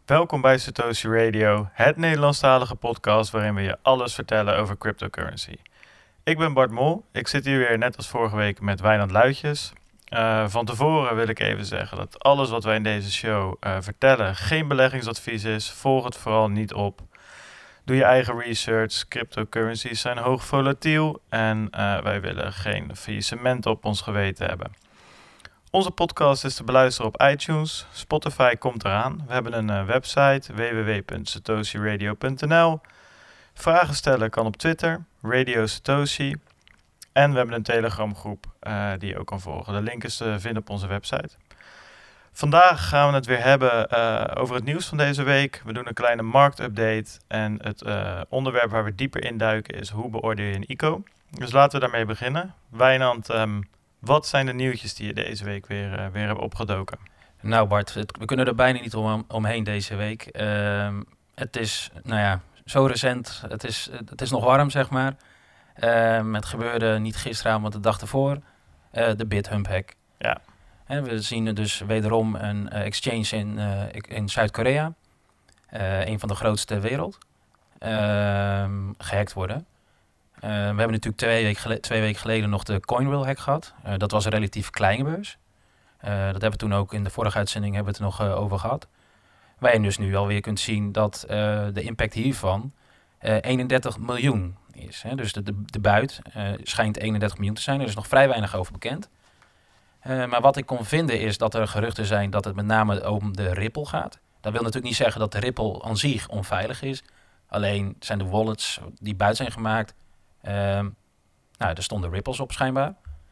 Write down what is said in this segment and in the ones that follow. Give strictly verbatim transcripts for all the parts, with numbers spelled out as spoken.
Welkom bij Satoshi Radio, het Nederlandstalige podcast waarin we je alles vertellen over cryptocurrency. Ik ben Bart Mol, ik zit hier weer net als vorige week met Wijnand Luitjes. Uh, van tevoren wil ik even zeggen dat alles wat wij in deze show uh, vertellen geen beleggingsadvies is. Volg het vooral niet op. Doe je eigen research, cryptocurrencies zijn hoog volatiel en uh, wij willen geen faillissementen op ons geweten hebben. Onze podcast is te beluisteren op iTunes. Spotify komt eraan. We hebben een uh, website w w w punt satoshi radio punt n l. Vragen stellen kan op Twitter, Radio Satoshi. En we hebben een Telegram groep uh, die je ook kan volgen. De link is te vinden op onze website. Vandaag gaan we het weer hebben uh, over het nieuws van deze week. We doen een kleine marktupdate. En het uh, onderwerp waar we dieper induiken is hoe beoordeel je een I C O. Dus laten we daarmee beginnen. Wijnand, um, wat zijn de nieuwtjes die je deze week weer, uh, weer hebben opgedoken? Nou Bart, het, we kunnen er bijna niet om, omheen deze week. Uh, het is, nou ja, zo recent. Het is, het is nog warm, zeg maar. Uh, het gebeurde niet gisteravond, maar de dag ervoor. Uh, de BitHump hack. Ja. En we zien dus wederom een uh, exchange in, uh, in Zuid-Korea. Uh, een van de grootste ter wereld. Uh, gehackt worden. Uh, we hebben natuurlijk twee weken gele- twee weken geleden nog de Coinwheel hack gehad. Uh, dat was een relatief kleine beurs. Uh, dat hebben we toen ook in de vorige uitzending hebben we het er nog uh, over gehad. Waar je dus nu alweer kunt zien dat uh, de impact hiervan uh, eenendertig miljoen is. Hè? Dus de, de, de buit uh, schijnt eenendertig miljoen te zijn. Er is nog vrij weinig over bekend. Uh, maar wat ik kon vinden is dat er geruchten zijn dat het met name om de Ripple gaat. Dat wil natuurlijk niet zeggen dat de Ripple aan zich onveilig is. Alleen zijn de wallets die buiten zijn gemaakt. Uh, nou, er stonden Ripples op schijnbaar.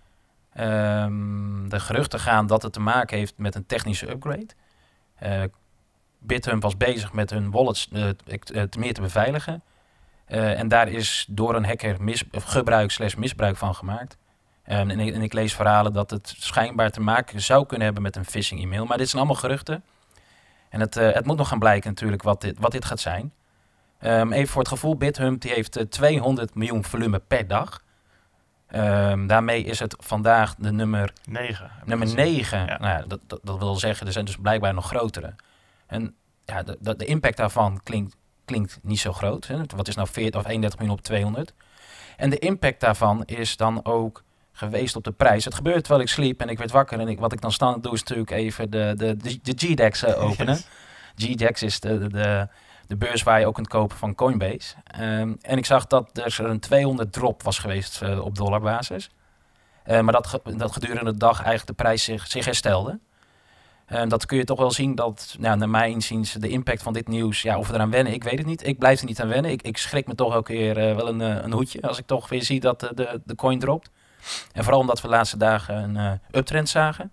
Um, de geruchten gaan dat het te maken heeft met een technische upgrade. Uh, BitHump was bezig met hun wallets uh, uh, meer te beveiligen. Uh, en daar is door een hacker mis, gebruik slash misbruik van gemaakt. Um, en, ik, en ik lees verhalen dat het schijnbaar te maken zou kunnen hebben met een phishing e-mail. Maar dit zijn allemaal geruchten. En het, uh, het moet nog gaan blijken natuurlijk wat dit, wat dit gaat zijn. Um, even voor het gevoel, BitHump die heeft uh, tweehonderd miljoen volume per dag. Um, daarmee is het vandaag de nummer negen. Nummer negen. Ja. Nou ja, dat, dat, dat wil zeggen, er zijn dus blijkbaar nog grotere. En ja, de, de, de impact daarvan klinkt, klinkt niet zo groot. Hè. Wat is nou veertig of eenendertig miljoen op tweehonderd? En de impact daarvan is dan ook geweest op de prijs. Het gebeurt terwijl ik sliep en ik werd wakker. En ik, wat ik dan standaard doe is natuurlijk even de, de, de, de G D A X uh, openen. Yes. G D A X is de, de, de beurs waar je ook kunt kopen van Coinbase. Um, en ik zag dat er een tweehonderd drop was geweest uh, op dollarbasis. Uh, maar dat, ge, dat gedurende de dag eigenlijk de prijs zich, zich herstelde. Uh, dat kun je toch wel zien dat, nou, naar mijn inziens, de impact van dit nieuws, ja, of we eraan wennen, ik weet het niet. Ik blijf er niet aan wennen. Ik, ik schrik me toch ook weer uh, wel een, uh, een hoedje als ik toch weer zie dat uh, de, de coin dropt. En vooral omdat we de laatste dagen een uh, uptrend zagen.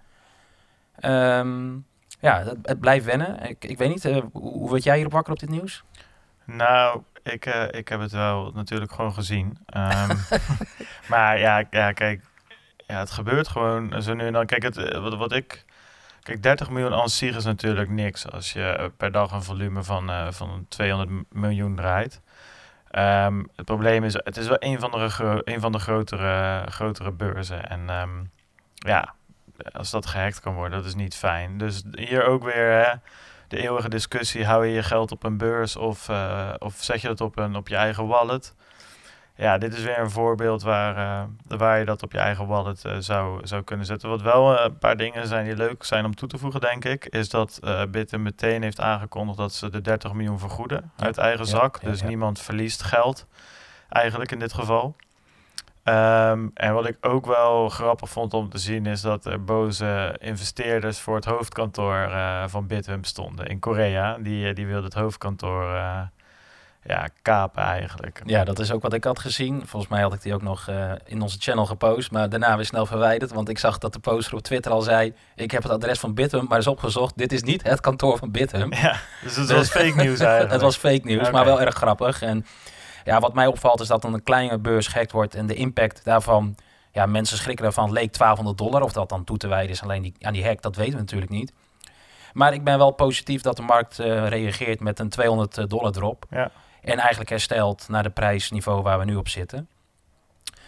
Um, ja, het, het blijft wennen. Ik, ik weet niet, uh, hoe, hoe werd jij hierop wakker op dit nieuws? Nou, ik, uh, ik heb het wel natuurlijk gewoon gezien. Um, maar ja, ja, kijk, ja, het gebeurt gewoon zo nu en dan. Kijk, het, wat, wat ik... Kijk, dertig miljoen aan zich is natuurlijk niks als je per dag een volume van, uh, van tweehonderd miljoen draait. Um, het probleem is, het is wel een van de, gro- een van de grotere, grotere beurzen. En um, ja, als dat gehackt kan worden, dat is niet fijn. Dus hier ook weer hè, de eeuwige discussie, hou je je geld op een beurs of, uh, of zet je dat op, een, op je eigen wallet? Ja, dit is weer een voorbeeld waar, uh, waar je dat op je eigen wallet uh, zou, zou kunnen zetten. Wat wel uh, een paar dingen zijn die leuk zijn om toe te voegen, denk ik, is dat uh, BitHump meteen heeft aangekondigd dat ze de dertig miljoen vergoeden ja, uit eigen ja, zak. Ja, dus ja. Niemand verliest geld, eigenlijk in dit geval. Um, en wat ik ook wel grappig vond om te zien is dat er boze investeerders voor het hoofdkantoor uh, van BitHump stonden in Korea. Die, die wilden het hoofdkantoor... Uh, Ja, kapen eigenlijk. Ja, dat is ook wat ik had gezien. Volgens mij had ik die ook nog uh, in onze channel gepost, maar daarna weer snel verwijderd. Want ik zag dat de poster op Twitter al zei, ik heb het adres van BitHump maar eens opgezocht. Dit is niet het kantoor van BitHump. Ja, dus het was fake nieuws eigenlijk. Het was fake nieuws, okay. Maar wel erg grappig. En ja, wat mij opvalt is dat dan een kleine beurs gehackt wordt en de impact daarvan, ja, mensen schrikken ervan, leek twaalfhonderd dollar. Of dat dan toe te wijden is alleen die, aan die hack, dat weten we natuurlijk niet. Maar ik ben wel positief dat de markt uh, reageert met een tweehonderd dollar drop. Ja. En eigenlijk herstelt naar de prijsniveau waar we nu op zitten.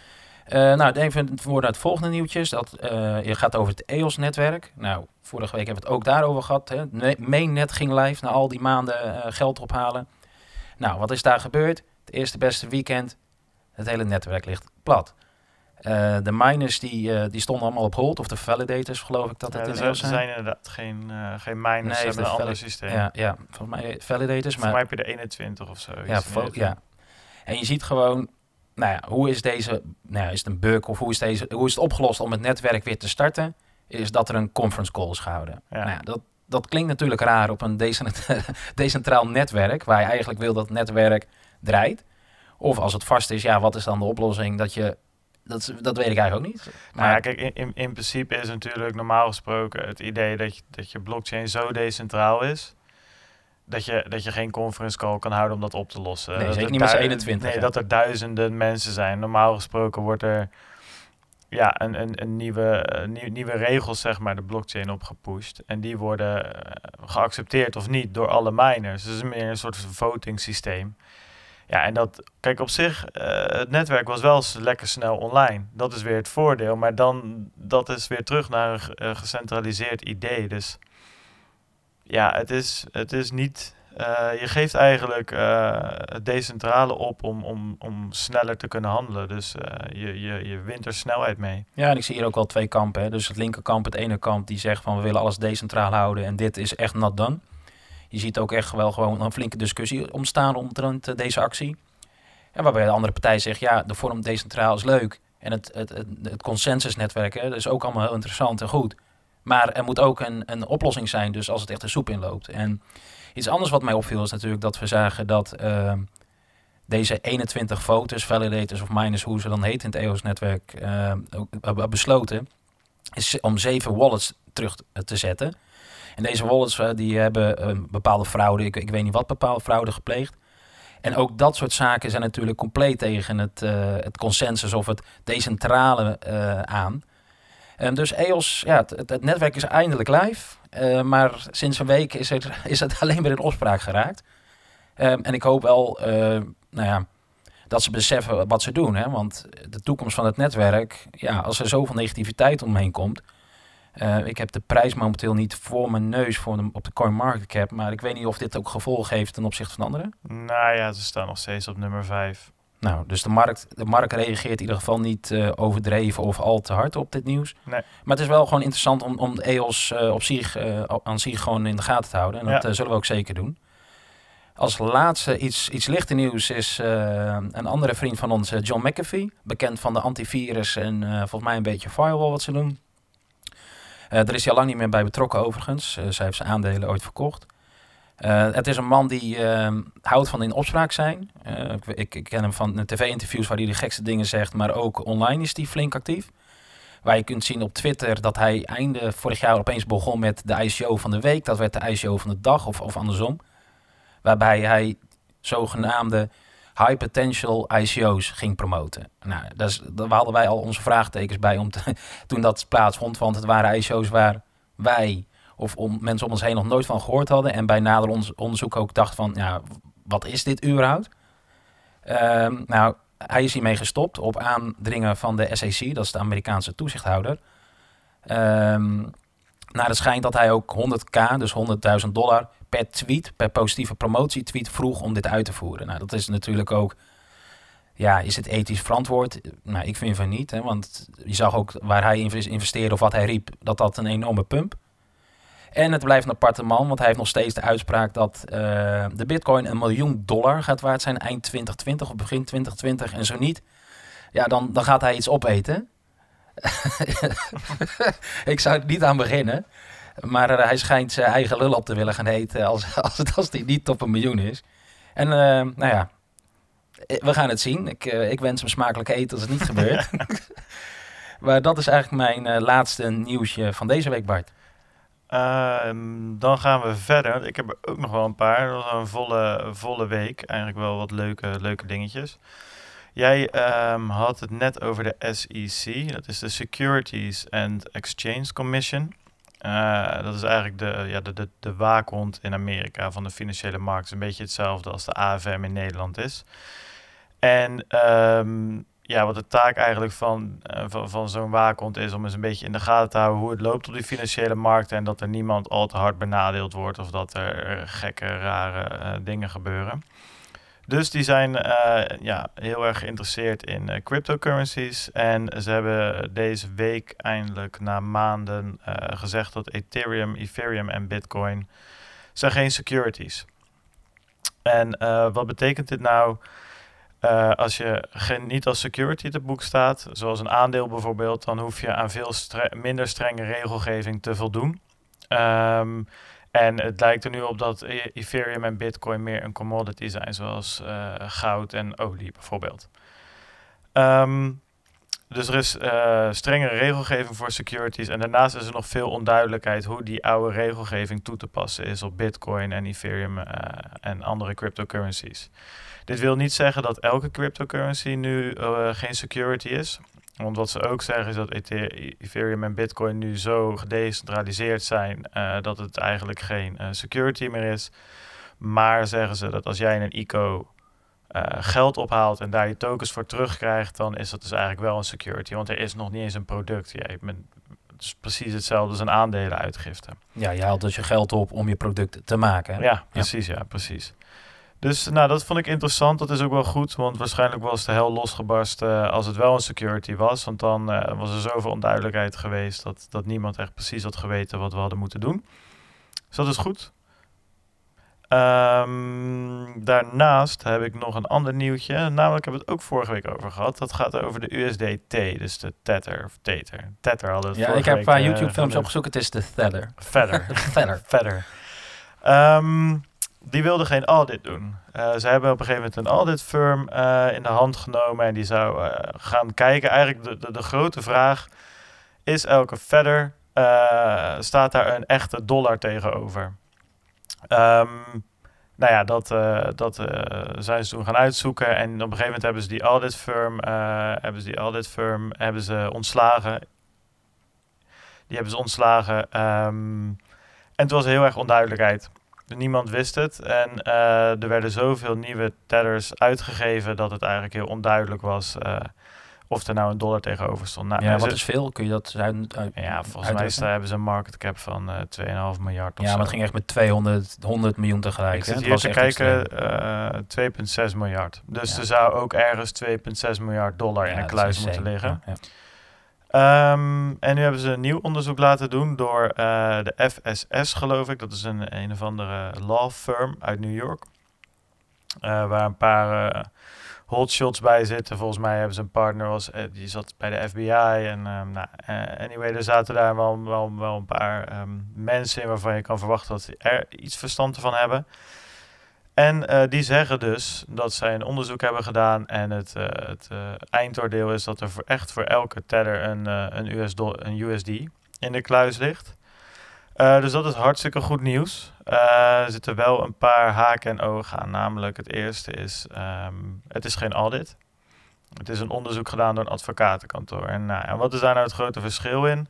Uh, nou, even voor naar het volgende nieuwtjes. Dat uh, je gaat over het E O S-netwerk. Nou, vorige week hebben we het ook daarover gehad. Hè. Mainnet ging live na al die maanden uh, geld ophalen. Nou, wat is daar gebeurd? Het eerste beste weekend. Het hele netwerk ligt plat. Uh, de miners die, uh, die stonden allemaal op hold. Of de validators, geloof ik dat het ja, in zijn. Er zijn. zijn inderdaad geen, uh, geen miners. Nee, ze hebben een ander systeem. Ja, ja, volgens mij validators. Voor maar mij heb je de eenentwintig of zo. Ja, vo- ja. En je ziet gewoon... Nou ja, hoe is deze... Nou ja, is het een bug of hoe is, deze, hoe is het opgelost om het netwerk weer te starten? Is dat er een conference call is gehouden. Ja. Nou ja, dat, dat klinkt natuurlijk raar op een decent, decentraal netwerk... waar je eigenlijk wil dat het netwerk draait. Of als het vast is, ja, wat is dan de oplossing? Dat je... Dat, dat weet ik eigenlijk ook niet. Maar nou ja, kijk, in, in, in principe is natuurlijk normaal gesproken het idee dat je, dat je blockchain zo decentraal is... Dat je, dat je geen conference call kan houden om dat op te lossen. Nee, dat zeker niet met z'n eenentwintig. Nee, ja. dat er duizenden mensen zijn. Normaal gesproken wordt er ja, een, een, een nieuwe, een nieuw, nieuwe regels, zeg maar, de blockchain opgepusht. En die worden uh, geaccepteerd of niet door alle miners. Dus het is meer een soort voting systeem. Ja, en dat, kijk, op zich, uh, het netwerk was wel lekker snel online. Dat is weer het voordeel. Maar dan, dat is weer terug naar een uh, gecentraliseerd idee. Dus ja, het is, het is niet... Uh, je geeft eigenlijk uh, het decentrale op om, om, om sneller te kunnen handelen. Dus uh, je, je, je wint er snelheid mee. Ja, en ik zie hier ook wel twee kampen. Hè. Dus het linkerkamp, het ene kamp, die zegt van we willen alles decentraal houden en dit is echt not done. Je ziet ook echt wel gewoon een flinke discussie ontstaan omtrent uh, deze actie. En waarbij de andere partij zegt, ja, de vorm decentraal is leuk. En het, het, het, het consensusnetwerk, hè, dat is ook allemaal heel interessant en goed. Maar er moet ook een, een oplossing zijn, dus als het echt de soep inloopt. En iets anders wat mij opviel is natuurlijk dat we zagen dat uh, deze eenentwintig voters, validators of miners, hoe ze dan heet in het E O S-netwerk, uh, uh, besloten is om zeven wallets terug te zetten. En deze wallets uh, die hebben een bepaalde fraude, ik, ik weet niet wat bepaalde fraude gepleegd. En ook dat soort zaken zijn natuurlijk compleet tegen het, uh, het consensus of het decentrale uh, aan. Um, dus E O S, ja, het, het netwerk is eindelijk live. Uh, maar sinds een week is, er, is het alleen maar in opspraak geraakt. Um, en ik hoop wel uh, nou ja, dat ze beseffen wat ze doen. Hè? Want de toekomst van het netwerk, ja, als er zoveel negativiteit omheen komt. Uh, ik heb de prijs momenteel niet voor mijn neus voor de, op de CoinMarketCap. Maar ik weet niet of dit ook gevolgen heeft ten opzichte van anderen. Nou ja, ze staan nog steeds op nummer vijf. Nou, dus de markt, de markt reageert in ieder geval niet uh, overdreven of al te hard op dit nieuws. Nee. Maar het is wel gewoon interessant om, om de E O S uh, op zich, uh, aan zich gewoon in de gaten te houden. En dat ja. uh, zullen we ook zeker doen. Als laatste iets, iets lichter nieuws is uh, een andere vriend van ons, uh, John McAfee. Bekend van de antivirus en uh, volgens mij een beetje firewall wat ze doen. Uh, daar is hij al lang niet meer bij betrokken overigens. Uh, zij heeft zijn aandelen ooit verkocht. Uh, het is een man die uh, houdt van in opspraak zijn. Uh, ik, ik, ik ken hem van de tv-interviews waar hij de gekste dingen zegt, maar ook online is hij flink actief. Waar je kunt zien op Twitter dat hij einde vorig jaar opeens begon met de I C O van de week. Dat werd de I C O van de dag of, of andersom. Waarbij hij zogenaamde high potential I C O's ging promoten. Nou, dat is, daar hadden wij al onze vraagtekens bij om te, toen dat plaatsvond. Want het waren I C O's waar wij of om, mensen om ons heen nog nooit van gehoord hadden. En bij nader on- onderzoek ook dacht van, ja, wat is dit überhaupt? Um, nou, hij is hiermee gestopt op aandringen van de S E C, dat is de Amerikaanse toezichthouder. Um, naar het schijnt dat hij ook honderdduizend, dus honderdduizend dollar per tweet, per positieve promotietweet vroeg om dit uit te voeren. Nou, dat is natuurlijk ook, ja, is het ethisch verantwoord? Nou, ik vind van niet, hè, want je zag ook waar hij investeerde of wat hij riep, dat dat een enorme pump. En het blijft een aparte man, want hij heeft nog steeds de uitspraak dat uh, de bitcoin een miljoen dollar gaat waard zijn eind twintig twintig of begin twintig twintig. En zo niet, ja, dan, dan gaat hij iets opeten. Ik zou er niet aan beginnen. Maar uh, hij schijnt zijn eigen lul op te willen gaan eten als, als, het, als die niet op een miljoen is. En uh, nou ja, we gaan het zien. Ik, uh, ik wens hem smakelijk eten als het niet gebeurt. Maar dat is eigenlijk mijn uh, laatste nieuwsje van deze week, Bart. Uh, dan gaan we verder. Ik heb er ook nog wel een paar. Dat was een volle, volle week. Eigenlijk wel wat leuke, leuke dingetjes. Jij um, had het net over de S E C. Dat is de Securities and Exchange Commission. Uh, dat is eigenlijk de, ja, de, de, de waakhond in Amerika van de financiële markt. Een beetje hetzelfde als de A F M in Nederland is. En um, ja, wat de taak eigenlijk van, uh, van, van zo'n waakhond is om eens een beetje in de gaten te houden hoe het loopt op die financiële markten en dat er niemand al te hard benadeeld wordt of dat er gekke, rare uh, dingen gebeuren. Dus die zijn uh, ja, heel erg geïnteresseerd in uh, cryptocurrencies. En ze hebben deze week eindelijk na maanden uh, gezegd dat Ethereum, Ethereum en Bitcoin zijn geen securities. En uh, wat betekent dit nou? Uh, als je geen, niet als security te boek staat, zoals een aandeel bijvoorbeeld, dan hoef je aan veel stre- minder strenge regelgeving te voldoen. Um, En het lijkt er nu op dat Ethereum en Bitcoin meer een commodity zijn, zoals uh, goud en olie bijvoorbeeld. Um, dus er is uh, strengere regelgeving voor securities. En daarnaast is er nog veel onduidelijkheid hoe die oude regelgeving toe te passen is op Bitcoin en Ethereum uh, en andere cryptocurrencies. Dit wil niet zeggen dat elke cryptocurrency nu uh, geen security is. Want wat ze ook zeggen is dat Ethereum en Bitcoin nu zo gedecentraliseerd zijn uh, dat het eigenlijk geen uh, security meer is. Maar zeggen ze dat als jij in een I C O uh, geld ophaalt en daar je tokens voor terugkrijgt, dan is dat dus eigenlijk wel een security. Want er is nog niet eens een product. Ja, je bent, het is precies hetzelfde als een aandelenuitgifte. Ja, je haalt dus je geld op om je product te maken. Hè? Ja, precies. Ja. ja, precies. Dus nou, dat vond ik interessant. Dat is ook wel goed, want waarschijnlijk was de hel losgebarsten uh, als het wel een security was. Want dan uh, was er zoveel onduidelijkheid geweest dat, dat niemand echt precies had geweten wat we hadden moeten doen. Dus dat is goed. Um, daarnaast heb ik nog een ander nieuwtje. Namelijk hebben we het ook vorige week over gehad. Dat gaat over de U S D T, dus de Tether of Tether. Tether hadden we het Ja, ik heb een paar uh, YouTube-films opgezocht. Het is de Tether. Feather. Feather. Feather. Um, Die wilden geen audit doen. Uh, ze hebben op een gegeven moment een audit firm uh, in de hand genomen en die zou uh, gaan kijken. Eigenlijk de, de, de grote vraag is elke Feather, uh, staat daar een echte dollar tegenover? Um, nou ja, dat, uh, dat uh, zijn ze toen gaan uitzoeken en op een gegeven moment hebben ze die audit firm, uh, hebben ze die audit firm hebben ze ontslagen. Die hebben ze ontslagen um, en het was heel erg onduidelijkheid. Niemand wist het en uh, er werden zoveel nieuwe tethers uitgegeven dat het eigenlijk heel onduidelijk was uh, of er nou een dollar tegenover stond. Nou, ja, wat is veel? Kun je dat uit, uit Ja, volgens mij is, hebben ze een market cap van uh, twee komma vijf miljard of Ja, zo. maar het ging echt met tweehonderd, honderd miljoen tegelijk. Ik zit hè? hier te kijken, uh, twee komma zes miljard. Dus ja. Er zou ook ergens twee komma zes miljard dollar ja, in een kluis moeten liggen. Ja, ja. Um, en nu hebben ze een nieuw onderzoek laten doen door uh, de F S S, geloof ik. Dat is een een of andere law firm uit New York. Uh, waar een paar uh, hotshots bij zitten. Volgens mij hebben ze een partner, was, uh, die zat bij de F B I. En um, nou, uh, anyway, er zaten daar wel, wel, wel een paar um, mensen in waarvan je kan verwachten dat ze er iets verstand van hebben. En uh, die zeggen dus dat zij een onderzoek hebben gedaan en het, uh, het uh, eindoordeel is dat er voor echt voor elke tether een, uh, een, U S do- een U S D in de kluis ligt. Uh, dus dat is hartstikke goed nieuws. Uh, er zitten wel een paar haken en ogen aan. Namelijk het eerste is, um, het is geen audit. Het is een onderzoek gedaan door een advocatenkantoor. En, nou, en wat is daar nou het grote verschil in?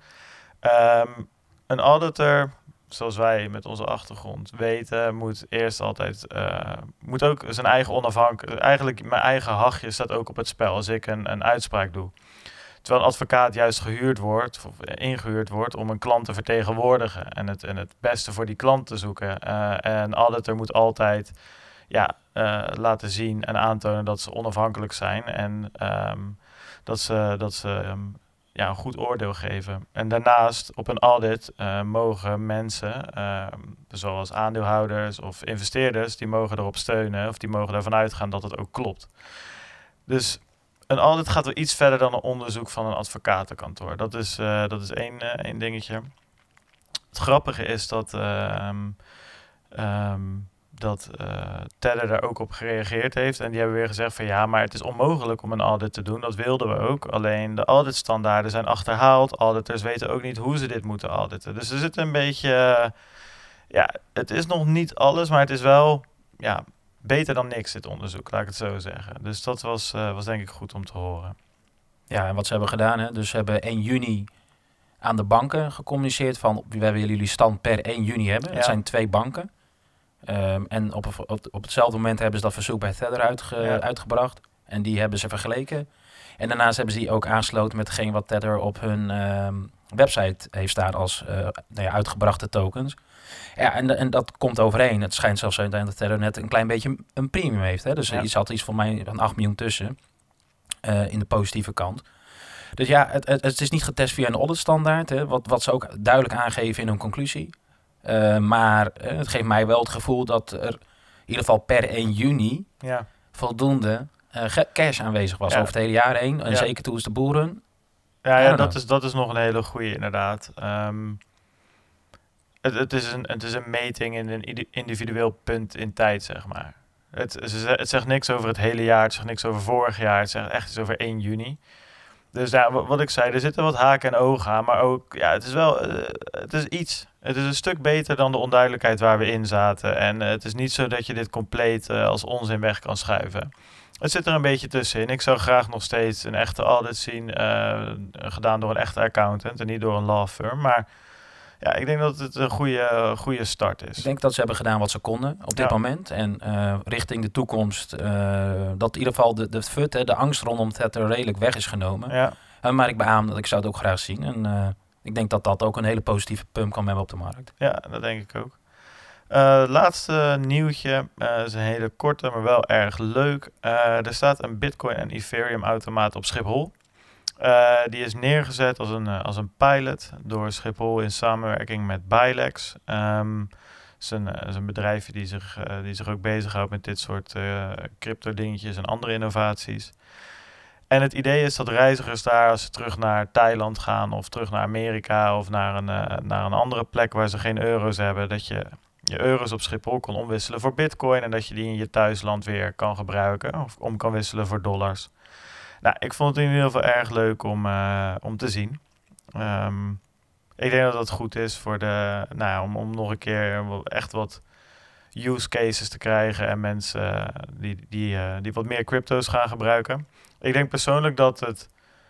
Um, een auditor, zoals wij met onze achtergrond weten, moet eerst altijd, uh, moet ook zijn eigen onafhankelijk, eigenlijk mijn eigen hachje staat ook op het spel als ik een, een uitspraak doe. Terwijl een advocaat juist gehuurd wordt, of ingehuurd wordt om een klant te vertegenwoordigen en het, en het beste voor die klant te zoeken. Uh, en een auditor moet altijd ja, uh, laten zien en aantonen dat ze onafhankelijk zijn en um, dat ze, dat ze um, ja, een goed oordeel geven. En daarnaast op een audit uh, mogen mensen, uh, zoals aandeelhouders of investeerders, die mogen erop steunen of die mogen ervan uitgaan dat het ook klopt. Dus een audit gaat wel iets verder dan een onderzoek van een advocatenkantoor. Dat is, uh, dat is één, uh, één dingetje. Het grappige is dat, uh, um, um, dat uh, Tether daar ook op gereageerd heeft. En die hebben weer gezegd van ja, maar het is onmogelijk om een audit te doen. Dat wilden we ook. Alleen de auditstandaarden zijn achterhaald. Auditors weten ook niet hoe ze dit moeten auditen. Dus er zit een beetje, uh, ja, het is nog niet alles, maar het is wel, ja, beter dan niks, dit onderzoek, laat ik het zo zeggen. Dus dat was, uh, was denk ik goed om te horen. Ja, en wat ze hebben gedaan, hè? Dus ze hebben één juni aan de banken gecommuniceerd van we willen jullie stand per één juni hebben. Ja. Het zijn twee banken. Um, en op, op, op hetzelfde moment hebben ze dat verzoek bij Tether uitge, ja. uitgebracht. En die hebben ze vergeleken. En daarnaast hebben ze die ook aangesloten met hetgeen wat Tether op hun ehm, website heeft staan als uh, nou ja, uitgebrachte tokens. Ja, en, en dat komt overeen. Het schijnt zelfs zo dat Tether net een klein beetje een premium heeft. Hè? Dus ja. je zat iets voor mij van acht miljoen tussen uh, in de positieve kant. Dus ja, het, het, het is niet getest via een auditstandaard, hè, wat, wat ze ook duidelijk aangeven in hun conclusie. Uh, maar uh, het geeft mij wel het gevoel dat er in ieder geval per één juni ja. voldoende uh, cash aanwezig was ja. over het hele jaar heen. En ja. zeker toen is de boeren. Ja, ja dat, is, dat is nog een hele goede inderdaad. Um, het, het, is een, het is een meting in een individueel punt in tijd, zeg maar. Het, het zegt niks over het hele jaar, het zegt niks over vorig jaar, het zegt echt iets over één juni. Dus ja, wat ik zei, er zitten wat haken en ogen aan, maar ook, ja, het is wel, uh, het is iets. Het is een stuk beter dan de onduidelijkheid waar we in zaten. En uh, het is niet zo dat je dit compleet uh, als onzin weg kan schuiven. Het zit er een beetje tussenin. Ik zou graag nog steeds een echte audit zien, uh, gedaan door een echte accountant en niet door een law firm. Maar ja, ik denk dat het een goede, goede start is. Ik denk dat ze hebben gedaan wat ze konden op dit ja. moment. En uh, richting de toekomst, uh, dat in ieder geval de, de F U T, hè, de angst rondom Tether redelijk weg is genomen. Ja. Uh, maar ik beaam dat ik zou het ook graag zien. En uh, ik denk dat dat ook een hele positieve pump kan hebben op de markt. Ja, dat denk ik ook. Uh, laatste nieuwtje, uh, is een hele korte, maar wel erg leuk. Uh, er staat een Bitcoin en Ethereum automaat op Schiphol. Uh, die is neergezet als een, uh, als een pilot door Schiphol in samenwerking met Bilex. Um, is een, uh, is een bedrijfje die zich, uh, die zich ook bezighoudt met dit soort uh, crypto dingetjes en andere innovaties. En het idee is dat reizigers daar, als ze terug naar Thailand gaan of terug naar Amerika of naar een, uh, naar een andere plek waar ze geen euro's hebben, dat je je euro's op Schiphol kan omwisselen voor Bitcoin en dat je die in je thuisland weer kan gebruiken of om kan wisselen voor dollars. Nou, ik vond het in ieder geval erg leuk om, uh, om te zien. Um, ik denk dat dat goed is voor de, nou ja, om, om nog een keer echt wat use cases te krijgen en mensen die, die, uh, die wat meer crypto's gaan gebruiken. Ik denk persoonlijk dat het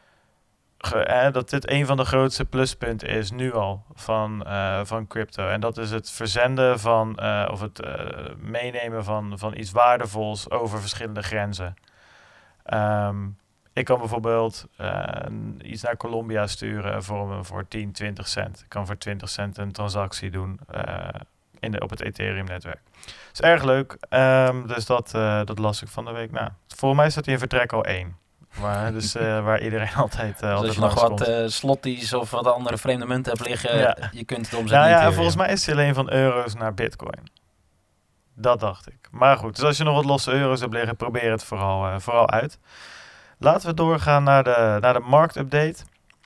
ge, eh, dat dit een van de grootste pluspunten is nu al van, uh, van crypto. En dat is het verzenden van uh, of het uh, meenemen van, van iets waardevols over verschillende grenzen. Um, Ik kan bijvoorbeeld uh, iets naar Colombia sturen voor, voor tien, twintig cent. Ik kan voor twintig cent een transactie doen uh, in de, op het Ethereum-netwerk. Dat is erg leuk. Um, dus dat, uh, dat las ik van de week. Nou, volgens mij staat hij in vertrek al één. Maar, dus uh, waar iedereen altijd, uh, dus altijd als je nog wat uh, slotties of wat andere vreemde munten hebt liggen, ja. je kunt het omzetten. Nou ja, volgens mij is hij alleen van euro's naar Bitcoin. Dat dacht ik. Maar goed, dus als je nog wat losse euro's hebt liggen, probeer het vooral, uh, vooral uit. Laten we doorgaan naar de, naar de marktupdate.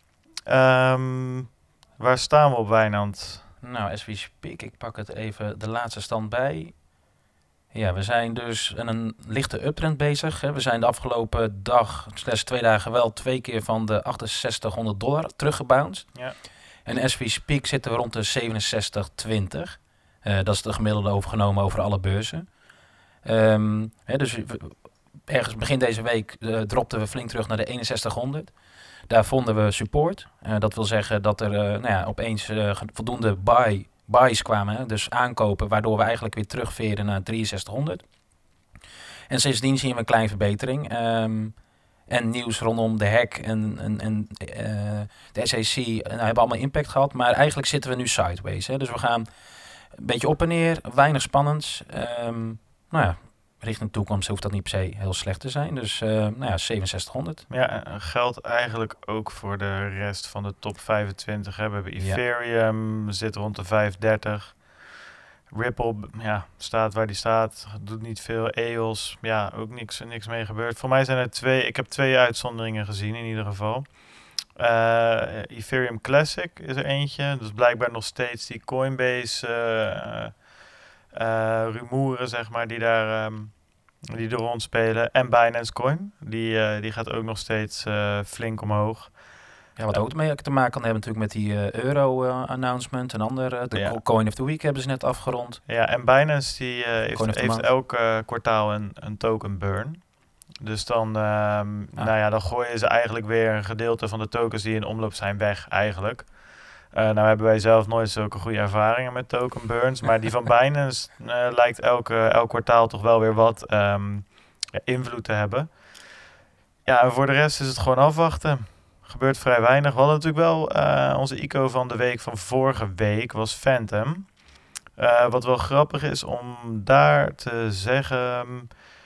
Um, waar staan we op, Wijnand? Nou, as we speak, ik pak het even de laatste stand bij. Ja, we zijn dus in een lichte uptrend bezig. Hè. We zijn de afgelopen dag, slechts twee dagen wel twee keer van de achtenzestighonderd dollar teruggebounced. Ja. En as we speak zitten we rond de zevenenzestig twintig. Uh, dat is de gemiddelde overgenomen over alle beurzen. Um, hè, dus ergens begin deze week uh, dropten we flink terug naar de eenenzestighonderd. Daar vonden we support. Uh, dat wil zeggen dat er uh, nou ja, opeens uh, voldoende buy, buys kwamen. Hè, dus aankopen, waardoor we eigenlijk weer terugveren naar drieënzestighonderd. En sindsdien zien we een kleine verbetering. Um, en nieuws rondom de hack en, en, en uh, de S E C uh, nou, hebben allemaal impact gehad. Maar eigenlijk zitten we nu sideways. Hè. Dus we gaan een beetje op en neer, weinig spannends. Um, nou ja, richting de toekomst hoeft dat niet per se heel slecht te zijn. Dus uh, nou ja, zevenenzestighonderd. Ja, geldt eigenlijk ook voor de rest van de top vijfentwintig. Hè. We hebben Ethereum, ja. zit rond de vijfhonderddertig. Ripple, ja, staat waar die staat. Doet niet veel. E O S, ja, ook niks, niks mee gebeurd. Voor mij zijn er twee, ik heb twee uitzonderingen gezien in ieder geval. Uh, Ethereum Classic is er eentje. Dus blijkbaar nog steeds die Coinbase uh, uh, rumoeren, zeg maar, die daar um, die er rond spelen. En Binance Coin, die, uh, die gaat ook nog steeds uh, flink omhoog. Ja, wat ook mee te maken kan hebben natuurlijk met die uh, euro-announcement uh, en andere. De ja. Coin of the Week hebben ze net afgerond. Ja, en Binance die, uh, heeft, heeft elk uh, kwartaal een, een token burn. Dus dan, um, ah. nou ja, dan gooien ze eigenlijk weer een gedeelte van de tokens die in omloop zijn weg eigenlijk. Uh, nou hebben wij zelf nooit zulke goede ervaringen met token burns. Maar die van Binance uh, lijkt elke, elk kwartaal toch wel weer wat um, ja, invloed te hebben. ja, en voor de rest is het gewoon afwachten. Gebeurt vrij weinig. We hadden natuurlijk wel uh, onze I C O van de week van vorige week was Phantom. Uh, wat wel grappig is om daar te zeggen...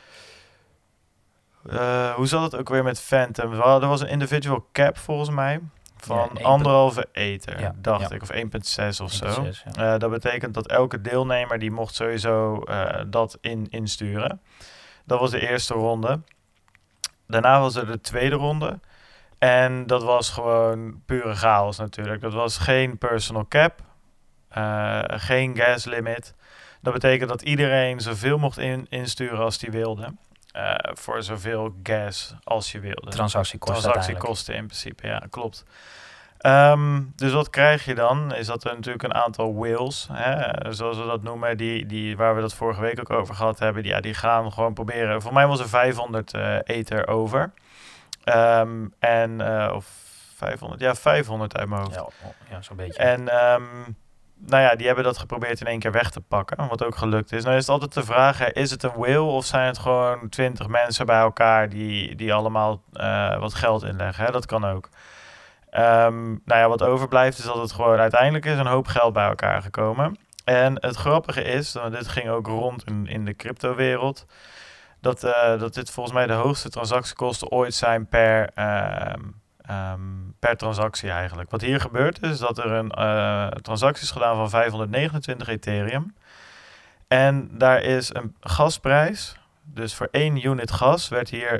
Uh, hoe zat het ook weer met Phantom? Er was een individual cap volgens mij van ja, anderhalve ether, ja, dacht ja. ik. Of één komma zes of zo. zes, ja. uh, dat betekent dat elke deelnemer die mocht sowieso uh, dat in, insturen. Dat was de eerste ronde. Daarna was er de tweede ronde. En dat was gewoon pure chaos natuurlijk. Dat was geen personal cap. Uh, geen gas limit. Dat betekent dat iedereen zoveel mocht in, insturen als hij wilde. Uh, voor zoveel gas als je wilde. Transactiekosten Transactiekosten in principe, ja, klopt. Um, dus wat krijg je dan? Is dat er natuurlijk een aantal whales, hè, zoals we dat noemen, die, die, waar we dat vorige week ook over gehad hebben, die, ja, die gaan gewoon proberen. Voor mij was er vijfhonderd uh, ether over. Um, en, uh, of vijfhonderd, ja, vijfhonderd uit mijn hoofd. Ja, ja zo'n beetje. En... Um, Nou ja, die hebben dat geprobeerd in één keer weg te pakken, wat ook gelukt is. Nou is het altijd de vraag, is het een whale of zijn het gewoon twintig mensen bij elkaar die, die allemaal uh, wat geld inleggen? Hè? Dat kan ook. Um, nou ja, wat overblijft is dat het gewoon uiteindelijk is een hoop geld bij elkaar gekomen. En het grappige is, want dit ging ook rond in, in de cryptowereld, dat, uh, dat dit volgens mij de hoogste transactiekosten ooit zijn per... Uh, Um, per transactie eigenlijk. Wat hier gebeurt is dat er een uh, transactie is gedaan van vijfhonderdnegenentwintig Ethereum. En daar is een gasprijs. Dus voor één unit gas werd hier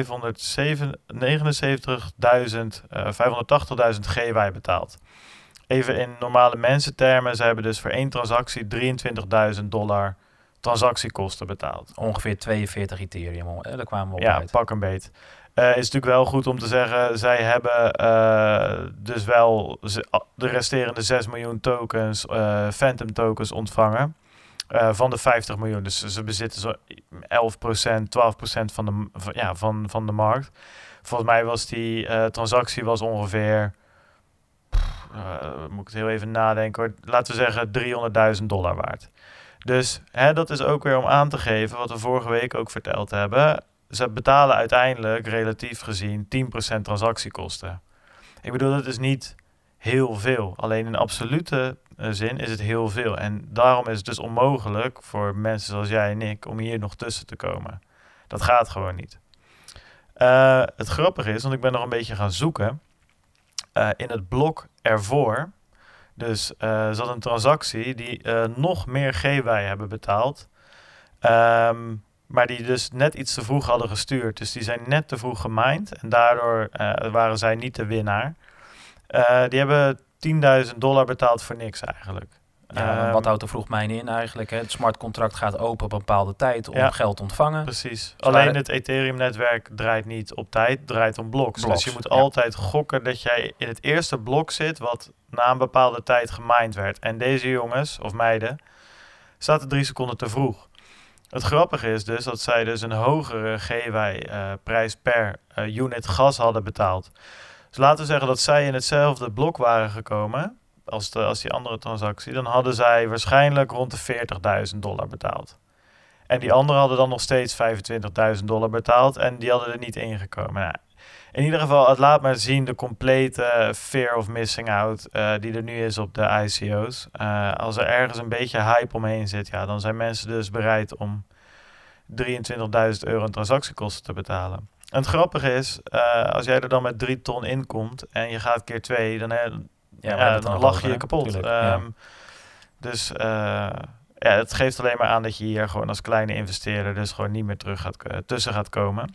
vijfhonderdnegenenzeventigduizend, uh, vijfhonderdtachtigduizend G W betaald. Even in normale mensentermen, ze hebben dus voor één transactie drieëntwintigduizend dollar transactiekosten betaald. Ongeveer tweeënveertig Ethereum, hè? Daar kwamen we op ja, uit. Ja, pak een beet. Uh, is natuurlijk wel goed om te zeggen, zij hebben uh, dus wel z- de resterende zes miljoen tokens, uh, Phantom tokens ontvangen uh, van de vijftig miljoen. Dus ze bezitten zo elf procent, twaalf procent van de, van, ja, van, van de markt. Volgens mij was die uh, transactie was ongeveer, pff, uh, moet ik het heel even nadenken hoor, laten we zeggen driehonderdduizend dollar waard. Dus hè, dat is ook weer om aan te geven wat we vorige week ook verteld hebben. Ze betalen uiteindelijk relatief gezien tien procent transactiekosten. Ik bedoel, dat is niet heel veel. Alleen in absolute uh, zin is het heel veel. En daarom is het dus onmogelijk voor mensen zoals jij en ik om hier nog tussen te komen. Dat gaat gewoon niet. Uh, het grappige is, want ik ben nog een beetje gaan zoeken. Uh, in het blok ervoor, dus uh, zat een transactie die uh, nog meer G W hebben betaald. Um, Maar die dus net iets te vroeg hadden gestuurd. Dus die zijn net te vroeg gemined. En daardoor uh, waren zij niet de winnaar. Uh, die hebben tienduizend dollar betaald voor niks eigenlijk. Ja, um, wat houdt er vroeg mijnen in eigenlijk? Hè? Het smart contract gaat open op een bepaalde tijd om ja, geld te ontvangen. Precies. Dus alleen het Ethereum-netwerk draait niet op tijd, draait om bloks. bloks dus je moet ja. altijd gokken dat jij in het eerste blok zit wat na een bepaalde tijd gemined werd. En deze jongens of meiden zaten drie seconden te vroeg. Het grappige is dus dat zij dus een hogere G W-prijs uh, per uh, unit gas hadden betaald. Dus laten we zeggen dat zij in hetzelfde blok waren gekomen als, de, als die andere transactie. Dan hadden zij waarschijnlijk rond de veertigduizend dollar betaald. En die anderen hadden dan nog steeds vijfentwintigduizend dollar betaald en die hadden er niet ingekomen. Nou, in ieder geval, het laat maar zien de complete fear of missing out uh, die er nu is op de I C O's. Uh, als er ergens een beetje hype omheen zit, ja, dan zijn mensen dus bereid om drieëntwintigduizend euro in transactiekosten te betalen. En het grappige is, uh, als jij er dan met drie ton in komt en je gaat keer twee, dan, uh, ja, ja, dan lach je je kapot. Um, ja. Dus uh, ja, het geeft alleen maar aan dat je hier gewoon als kleine investeerder dus gewoon niet meer terug gaat, uh, tussen gaat komen.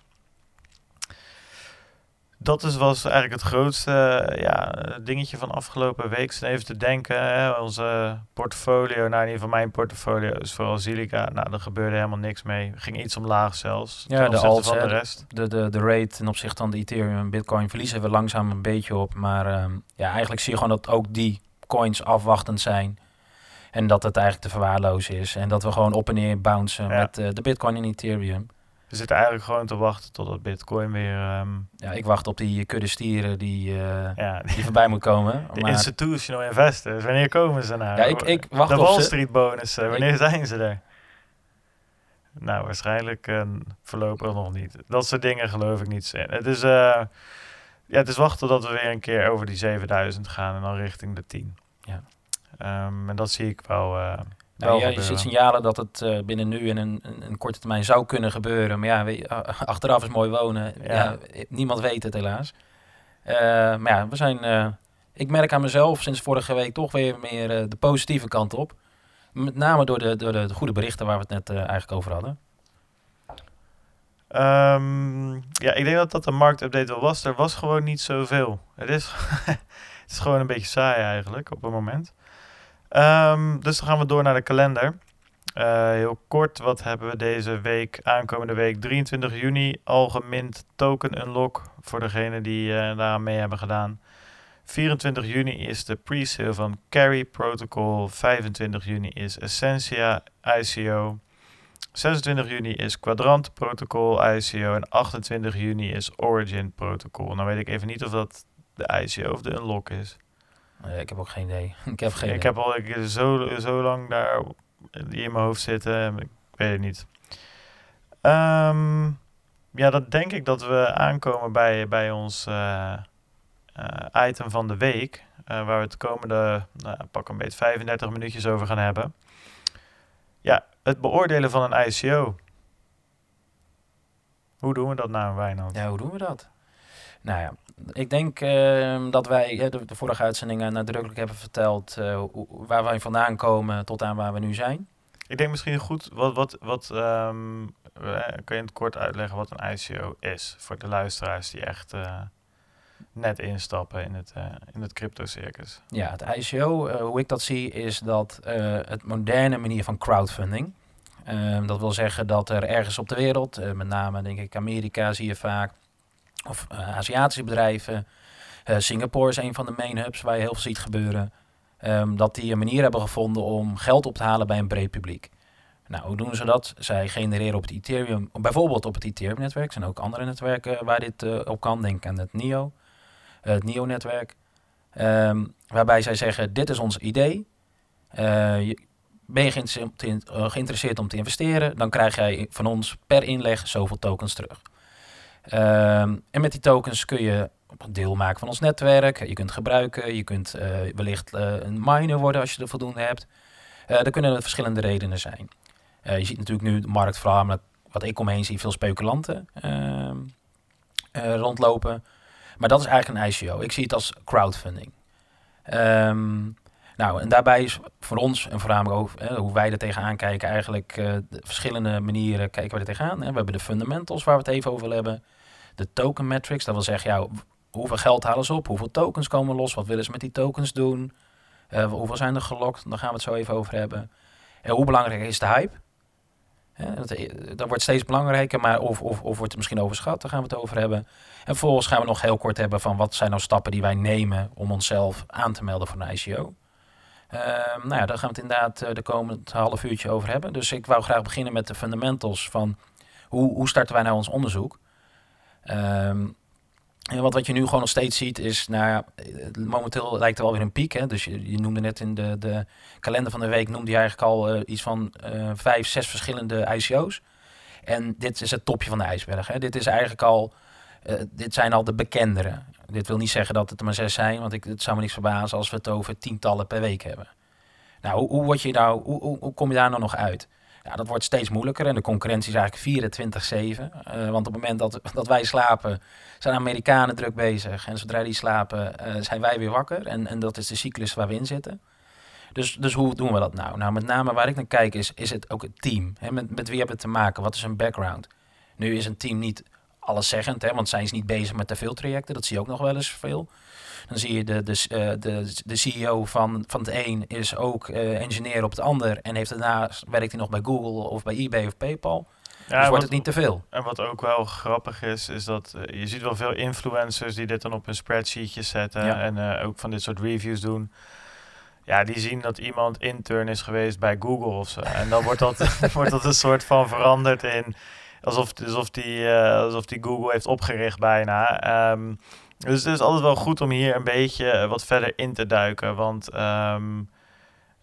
Dat is, was eigenlijk het grootste uh, ja, dingetje van afgelopen week. Dus even te denken, hè, onze portfolio, nou in ieder geval mijn portfolio is vooral Zilliqa. Nou, er gebeurde helemaal niks mee. Ging iets omlaag zelfs. Ja, de alts, van de rest. De, de, de rate ten opzichte van de Ethereum en Bitcoin verliezen we langzaam een beetje op. Maar um, ja, eigenlijk zie je gewoon dat ook die coins afwachtend zijn. En dat het eigenlijk te verwaarlozen is. En dat we gewoon op en neer bouncen ja. met uh, de Bitcoin en Ethereum. We zitten eigenlijk gewoon te wachten totdat Bitcoin weer... Um... Ja, ik wacht op die kudde stieren die, uh, ja. die voorbij moet komen. De maar... institutional investors, wanneer komen ze nou? Ja, ik, ik wacht de op Wall ze. Street bonussen, wanneer ik... zijn ze er? Nou, waarschijnlijk uh, voorlopig nog niet. Dat soort dingen geloof ik niet. Het is, uh, ja, het is wachten tot we weer een keer over die zevenduizend gaan en dan richting de tien. Ja. Um, en dat zie ik wel, uh, wel nou, ja, je ziet signalen dat het uh, binnen nu en een, een, een korte termijn zou kunnen gebeuren. Maar ja, we, achteraf is mooi wonen. Ja. Ja, niemand weet het helaas. Uh, maar ja, we zijn... Uh, ik merk aan mezelf sinds vorige week toch weer meer uh, de positieve kant op. Met name door de, door de goede berichten waar we het net uh, eigenlijk over hadden. Um, ja, ik denk dat dat een marktupdate wel was. Er was gewoon niet zoveel. Het is, het is gewoon een beetje saai eigenlijk op het moment. Um, dus dan gaan we door naar de kalender. Uh, heel kort, wat hebben we deze week, aankomende week, drieëntwintig juni, algemint token unlock voor degenen die uh, daaraan mee hebben gedaan. vierentwintig juni is de pre-sale van Carry Protocol. vijfentwintig juni is Essentia I C O. zesentwintig juni is Quadrant Protocol I C O. En achtentwintig juni is Origin Protocol. Nou weet ik even niet of dat de I C O of de unlock is. Uh, ik heb ook geen idee. ik heb geen ik idee. heb al ik, zo, zo lang daar die in mijn hoofd zitten. Ik weet het niet. Um, ja, dat denk ik dat we aankomen bij, bij ons... Uh, Uh, item van de week, uh, waar we het komende, nou, pak een beetje vijfendertig minuutjes over gaan hebben. Ja, het beoordelen van een I C O. Hoe doen we dat nou, Wijnand? Ja, hoe doen we dat? Nou ja, ik denk uh, dat wij uh, de, de vorige uitzendingen nadrukkelijk hebben verteld uh, waar wij vandaan komen tot aan waar we nu zijn. Ik denk misschien goed, wat, wat, wat um, uh, kun je in het kort uitleggen wat een I C O is voor de luisteraars die echt... Uh, net instappen in het, uh, in het crypto-circus. Ja, het I C O, uh, hoe ik dat zie, is dat uh, het moderne manier van crowdfunding. Uh, dat wil zeggen dat er ergens op de wereld, uh, met name denk ik Amerika zie je vaak, of uh, Aziatische bedrijven, uh, Singapore is een van de main hubs waar je heel veel ziet gebeuren, um, dat die een manier hebben gevonden om geld op te halen bij een breed publiek. Nou, hoe doen ze dat? Zij genereren op het Ethereum, bijvoorbeeld op het Ethereum-netwerk, er zijn ook andere netwerken waar dit uh, op kan, denk aan het N I O. Het N I O-netwerk, um, waarbij zij zeggen, dit is ons idee. Uh, je, ben je geïnteresseerd, uh, geïnteresseerd om te investeren, dan krijg jij van ons per inleg zoveel tokens terug. Um, en met die tokens kun je deel maken van ons netwerk, je kunt gebruiken, je kunt uh, wellicht uh, een miner worden als je er voldoende hebt. Uh, er kunnen verschillende redenen zijn. Uh, je ziet natuurlijk nu de markt, vooral wat ik omheen zie, veel speculanten uh, uh, rondlopen. Maar dat is eigenlijk een I C O. Ik zie het als crowdfunding. Um, nou, en daarbij is voor ons, en voornamelijk ook eh, hoe wij er tegenaan kijken, eigenlijk uh, de verschillende manieren kijken we er tegenaan. Hè. We hebben de fundamentals waar we het even over willen hebben. De token metrics, dat wil zeggen, ja, hoeveel geld halen ze op? Hoeveel tokens komen los? Wat willen ze met die tokens doen? Uh, hoeveel zijn er gelokt? Daar gaan we het zo even over hebben. En hoe belangrijk is de hype? Ja, dat, dat wordt steeds belangrijker, maar of, of, of wordt het misschien overschat, daar gaan we het over hebben. En vervolgens gaan we nog heel kort hebben van wat zijn nou stappen die wij nemen om onszelf aan te melden voor een I C O. Uh, nou ja, daar gaan we het inderdaad uh, de komende half uurtje over hebben. Dus ik wou graag beginnen met de fundamentals van hoe, hoe starten wij nou ons onderzoek. Um, en wat, wat je nu gewoon nog steeds ziet is, nou ja, momenteel lijkt er wel weer een piek. Hè? Dus je, je noemde net in de, de kalender van de week, noemde je eigenlijk al uh, iets van uh, vijf, zes verschillende I C O's. En dit is het topje van de ijsberg. Hè? Dit is eigenlijk al, uh, dit zijn al de bekendere. Dit wil niet zeggen dat het er maar zes zijn, want ik, het zou me niks verbazen als we het over tientallen per week hebben. Nou, hoe, hoe, word je nou, hoe, hoe, hoe kom je daar nou nog uit? Ja, dat wordt steeds moeilijker en de concurrentie is eigenlijk vierentwintig zeven. Uh, want op het moment dat, dat wij slapen, zijn Amerikanen druk bezig. En zodra die slapen, uh, zijn wij weer wakker. En, en dat is de cyclus waar we in zitten. Dus, dus hoe doen we dat nou? Nou, met name waar ik naar kijk is, is het ook het team. Hè? Met, met wie hebben we te maken? Wat is hun background? Nu is een team niet alleszeggend, hè? Want zij is niet bezig met te veel trajecten. Dat zie je ook nog wel eens veel. Dan zie je de, de, de, de C E O van, van het een is ook uh, engineer op het ander. En heeft daarnaast werkt hij nog bij Google of bij eBay of PayPal. Ja, dus wordt wat, het niet te veel. En wat ook wel grappig is, is dat uh, je ziet wel veel influencers die dit dan op hun spreadsheetjes zetten. Ja. En uh, ook van dit soort reviews doen. Ja, die zien dat iemand intern is geweest bij Google of zo. En dan wordt dat, wordt dat een soort van veranderd in alsof, alsof, die, uh, alsof die Google heeft opgericht bijna. Um, Dus het is altijd wel goed om hier een beetje wat verder in te duiken. Want um,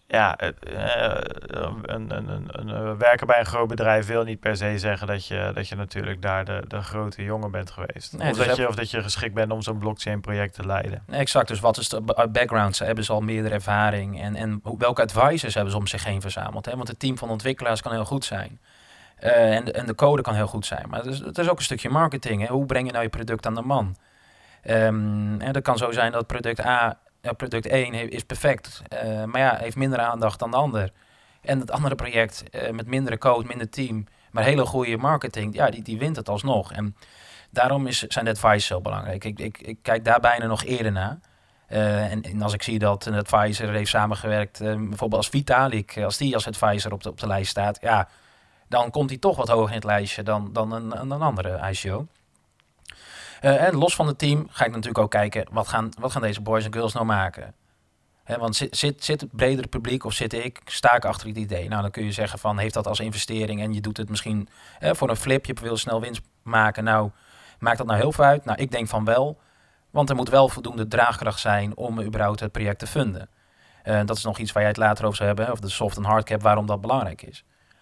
ja, het, uh, een, een, een, een, een werken bij een groot bedrijf wil niet per se zeggen dat je, dat je natuurlijk daar de, de grote jongen bent geweest. Nee, of, dus dat heb... je, of dat je geschikt bent om zo'n blockchain project te leiden. Nee, exact. Dus wat is de background? Ze hebben ze al meerdere ervaring. En, en welke advisors hebben ze om zich heen verzameld? Hè? Want het team van ontwikkelaars kan heel goed zijn. Uh, en, de, en de code kan heel goed zijn. Maar het is, het is ook een stukje marketing. Hè? Hoe breng je nou je product aan de man? Um, en dat kan zo zijn dat product A, ja, product één heeft, is perfect. Uh, maar ja, heeft minder aandacht dan de ander. En het andere project uh, met mindere code, minder team, maar hele goede marketing, ja, die, die wint het alsnog. En daarom is, zijn de advisors zo belangrijk. Ik, ik, ik kijk daar bijna nog eerder naar. Uh, en, en als ik zie dat een advisor heeft samengewerkt, uh, bijvoorbeeld als Vitalik, als die als advisor op de, op de lijst staat, ja, dan komt hij toch wat hoger in het lijstje dan, dan een, een andere I C O. Uh, en los van het team ga ik natuurlijk ook kijken, wat gaan, wat gaan deze boys en girls nou maken? He, want zit, zit, zit het bredere publiek of zit ik, sta ik achter het idee? Nou, dan kun je zeggen van, heeft dat als investering en je doet het misschien eh, voor een flip, je wil snel winst maken. Nou, maakt dat nou heel veel uit? Nou, ik denk van wel, want er moet wel voldoende draagkracht zijn om überhaupt het project te funden. Uh, dat is nog iets waar jij het later over zou hebben, of de soft en hardcap, waarom dat belangrijk is.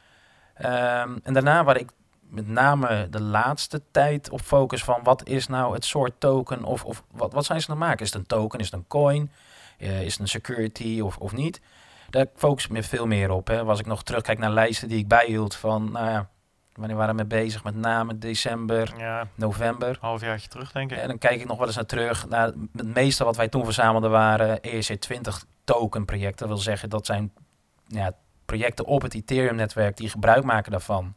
Um, en daarna, waar ik met name de laatste tijd op focus van wat is nou het soort token of, of wat, wat zijn ze aan het maken? Is het een token, is het een coin, uh, is het een security of, of niet? Daar focus ik me veel meer op. Hè. Als ik nog terugkijk naar lijsten die ik bijhield van, nou ja, wanneer waren we mee bezig? Met name december, ja, november. Halfjaartje terug, denk ik. En dan kijk ik nog wel eens naar terug. Naar het meeste wat wij toen verzamelden waren E R C twintig token projecten. Dat wil zeggen, dat zijn ja, projecten op het Ethereum-netwerk die gebruik maken daarvan.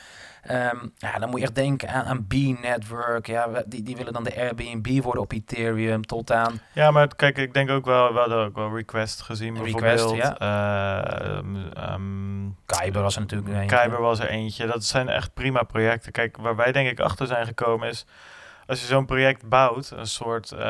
Um, ja, dan moet je echt denken aan, aan B-Network. Ja, die, die willen dan de Airbnb worden op Ethereum tot aan... Ja, maar kijk, ik denk ook wel, we hadden ook wel Request gezien bijvoorbeeld. Request, ja. Uh, um, um, Kyber was er natuurlijk een eentje. Kyber was er eentje. Dat zijn echt prima projecten. Kijk, waar wij denk ik achter zijn gekomen is, als je zo'n project bouwt, een soort... Uh,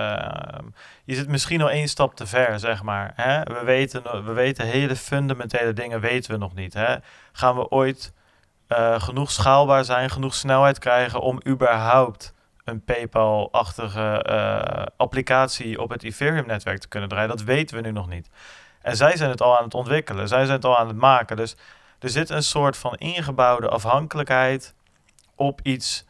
je zit misschien al één stap te ver, zeg maar. Hè? We weten, we weten hele fundamentele dingen weten we nog niet. Hè? Gaan we ooit... Uh, genoeg schaalbaar zijn, genoeg snelheid krijgen om überhaupt een PayPal-achtige uh, applicatie op het Ethereum-netwerk te kunnen draaien. Dat weten we nu nog niet. En zij zijn het al aan het ontwikkelen, zij zijn het al aan het maken. Dus er zit een soort van ingebouwde afhankelijkheid op iets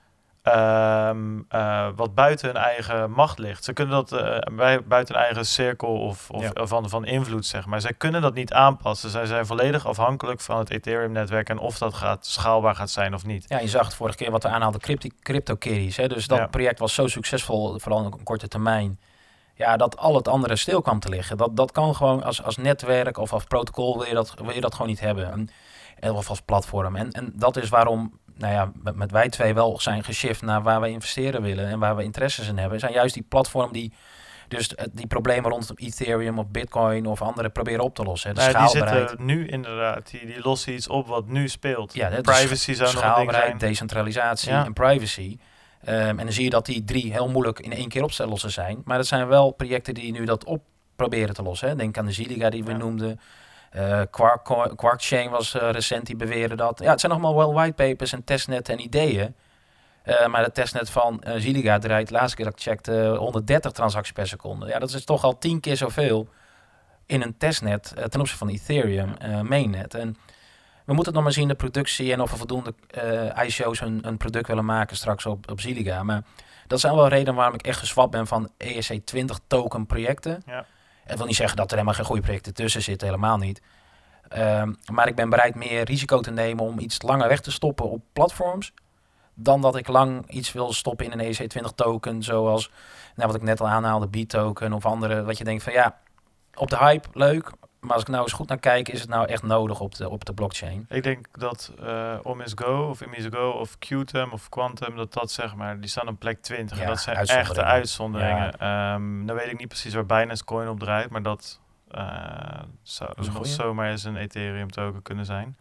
um, uh, wat buiten hun eigen macht ligt. Ze kunnen dat uh, bij, buiten hun eigen cirkel of, of ja. van, van invloed, zeg maar. Zij kunnen dat niet aanpassen. Zij zijn volledig afhankelijk van het Ethereum-netwerk en of dat gaat, schaalbaar gaat zijn of niet. Ja, je zag het vorige keer wat we aanhaalden, crypto-kitties. Dus dat ja. project was zo succesvol, vooral op een korte termijn. Ja, dat al het andere stil kwam te liggen. Dat, dat kan gewoon als, als netwerk of als protocol wil je dat, wil je dat gewoon niet hebben. En, of als platform. En, en dat is waarom... nou ja, met, met wij twee wel zijn geshift naar waar we investeren willen en waar we interesses in hebben, zijn juist die platform die dus die problemen rondom Ethereum of Bitcoin of andere proberen op te lossen. De nou, schaalbaarheid. Die zitten nu inderdaad, die, die lossen iets op wat nu speelt. Ja, privacy zou nog een ding zijn. Decentralisatie ja. en privacy. Um, en dan zie je dat die drie heel moeilijk in één keer op te lossen zijn. Maar dat zijn wel projecten die nu dat op proberen te lossen. Hè. Denk aan de Zilliqa die we ja. noemden. Uh, Quark, Quark Chain was uh, recent, die beweren dat. Ja, het zijn allemaal wel whitepapers en testnetten en ideeën. Uh, maar de testnet van uh, Zilliqa draait, de laatste keer dat ik checkte, uh, honderddertig transacties per seconde. Ja, dat is toch al tien keer zoveel in een testnet uh, ten opzichte van Ethereum uh, mainnet. En we moeten het nog maar zien, de productie en of er voldoende uh, I C O's een, een product willen maken straks op, op Zilliqa. Maar dat zijn wel redenen waarom ik echt geswapt ben van E R C twintig token projecten. Ja. Het wil niet zeggen dat er helemaal geen goede projecten tussen zitten, helemaal niet. Um, maar ik ben bereid meer risico te nemen om iets langer weg te stoppen op platforms, dan dat ik lang iets wil stoppen in een E R C twintig token, zoals nou, wat ik net al aanhaalde, B-token of andere, wat je denkt van ja, op de hype, leuk, maar als ik nou eens goed naar kijk, is het nou echt nodig op de, op de blockchain? Ik denk dat uh, Omisgo of Imizugo of Qtum of Quantum, dat dat zeg maar, die staan op plek twintig. Ja, en dat zijn echte uitzonderingen. Ja. Um, dan weet ik niet precies waar Binance Coin op draait, maar dat uh, zou nog zomaar eens een Ethereum token kunnen zijn.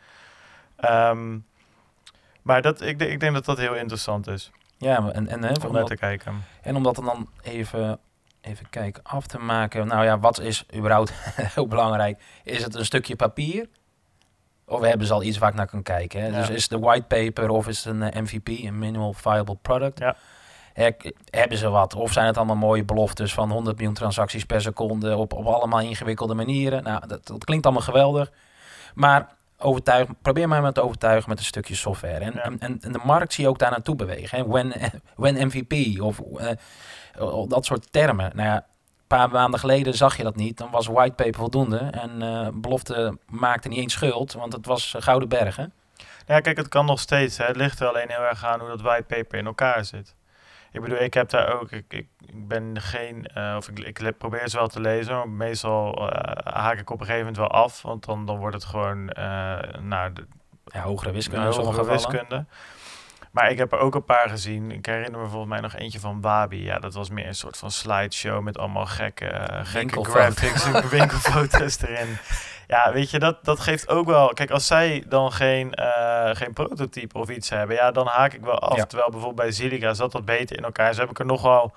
Um, maar dat, ik, ik denk dat dat heel interessant is. Ja, en, en, hè, om naar te kijken. En om dat dan even, even kijken, af te maken. Nou ja, wat is überhaupt heel belangrijk? Is het een stukje papier? Of we hebben ze al iets waar ik naar kan kijken. Hè? Ja. Dus is het een whitepaper of is het een uh, M V P, een Minimal Viable Product? Ja. He, hebben ze wat? Of zijn het allemaal mooie beloftes van honderd miljoen transacties per seconde op, op allemaal ingewikkelde manieren? Nou, dat, dat klinkt allemaal geweldig. Maar overtuig, probeer mij maar te overtuigen met een stukje software. En, ja. en, en de markt zie je ook daar naartoe bewegen. Hè? When, when M V P of uh, dat soort termen. Nou ja, een paar maanden geleden zag je dat niet. Dan was whitepaper voldoende. En uh, belofte maakte niet eens schuld, want het was uh, Gouden Bergen. Ja, kijk, het kan nog steeds. Hè. Het ligt er alleen heel erg aan hoe dat whitepaper in elkaar zit. Ik bedoel, ik heb daar ook, ik, ik, ik ben geen, uh, of ik, ik probeer ze wel te lezen, maar meestal uh, haak ik op een gegeven moment wel af, want dan, dan wordt het gewoon, uh, nou, de, ja, hogere wiskunde. Uh, hogere wiskunde. Maar ik heb er ook een paar gezien. Ik herinner me volgens mij nog eentje van Wabi. Ja, dat was meer een soort van slideshow met allemaal gekke, uh, gekke graphics en winkelfoto's erin. Ja, weet je, dat, dat geeft ook wel... Kijk, als zij dan geen, uh, geen prototype of iets hebben, ja, dan haak ik wel af. Ja. Terwijl bijvoorbeeld bij Zilliqa zat dat beter in elkaar. Zo heb ik er nogal...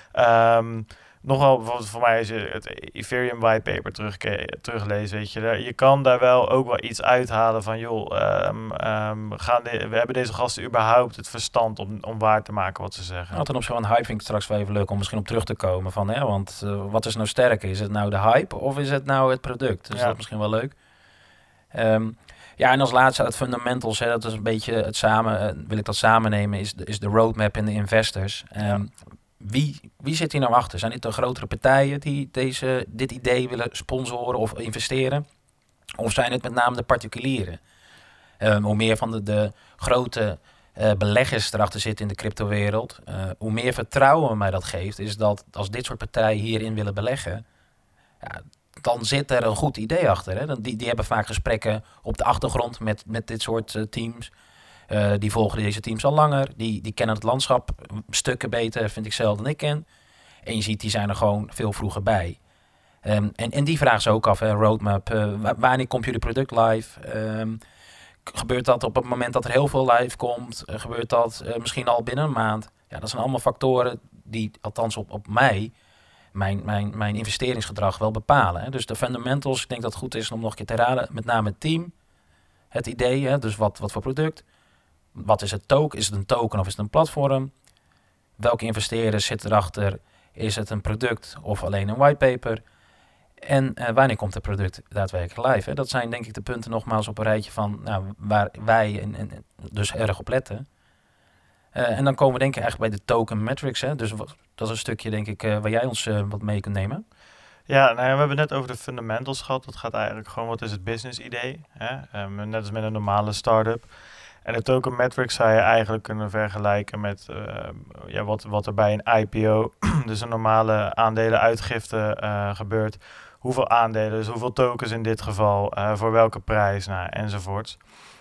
Um, Nogal, bijvoorbeeld voor mij als je het Ethereum whitepaper terug, terugleest, weet je, je kan daar wel ook wel iets uithalen van, joh, um, um, gaan de, we hebben deze gasten überhaupt het verstand om, om waar te maken wat ze zeggen. Nou, ten opzichte van hype vind ik straks wel even leuk om misschien op terug te komen van, hè, want uh, wat is nou sterker? Is het nou de hype of is het nou het product? Dus ja. dat is misschien wel leuk. Um, ja, en als laatste het fundamentals, hè, dat is een beetje het samen, uh, wil ik dat samen nemen, is de, is de roadmap en de investors. Um, ja. Wie, wie zit hier nou achter? Zijn dit de grotere partijen die deze, dit idee willen sponsoren of investeren? Of zijn het met name de particulieren? Um, hoe meer van de, de grote uh, beleggers erachter zitten in de cryptowereld, uh, hoe meer vertrouwen mij dat geeft, is dat als dit soort partijen hierin willen beleggen, ja, dan zit er een goed idee achter. Hè? Die, die hebben vaak gesprekken op de achtergrond met, met dit soort uh, teams. Uh, die volgen deze teams al langer. Die, die kennen het landschap stukken beter, vind ik zelf, dan ik ken. En je ziet, die zijn er gewoon veel vroeger bij. Um, en, en die vragen ze ook af, hè, roadmap. Uh, wanneer komt jullie product live? Um, gebeurt dat op het moment dat er heel veel live komt? Uh, gebeurt dat uh, misschien al binnen een maand? Ja, dat zijn allemaal factoren die, althans op, op mij, mijn, mijn, mijn investeringsgedrag wel bepalen. Hè. Dus de fundamentals, ik denk dat het goed is om nog een keer te raden. Met name het team, het idee, hè, dus wat, wat voor product. Wat is het token? Is het een token of is het een platform? Welke investeerders zitten erachter? Is het een product of alleen een whitepaper? En uh, wanneer komt het product daadwerkelijk live? Hè? Dat zijn denk ik de punten nogmaals op een rijtje van nou, waar wij en, en, dus erg op letten. Uh, en dan komen we denk ik eigenlijk bij de token metrics. Hè? Dus wat, dat is een stukje denk ik uh, waar jij ons uh, wat mee kunt nemen. Ja, nou ja, we hebben net over de fundamentals gehad. Dat gaat eigenlijk gewoon, wat is het business idee? Hè? Um, net als met een normale start-up. En de token metrics zou je eigenlijk kunnen vergelijken met uh, ja, wat, wat er bij een I P O, dus een normale aandelenuitgifte, uh, gebeurt. Hoeveel aandelen, dus hoeveel tokens in dit geval, uh, voor welke prijs, nou, enzovoorts.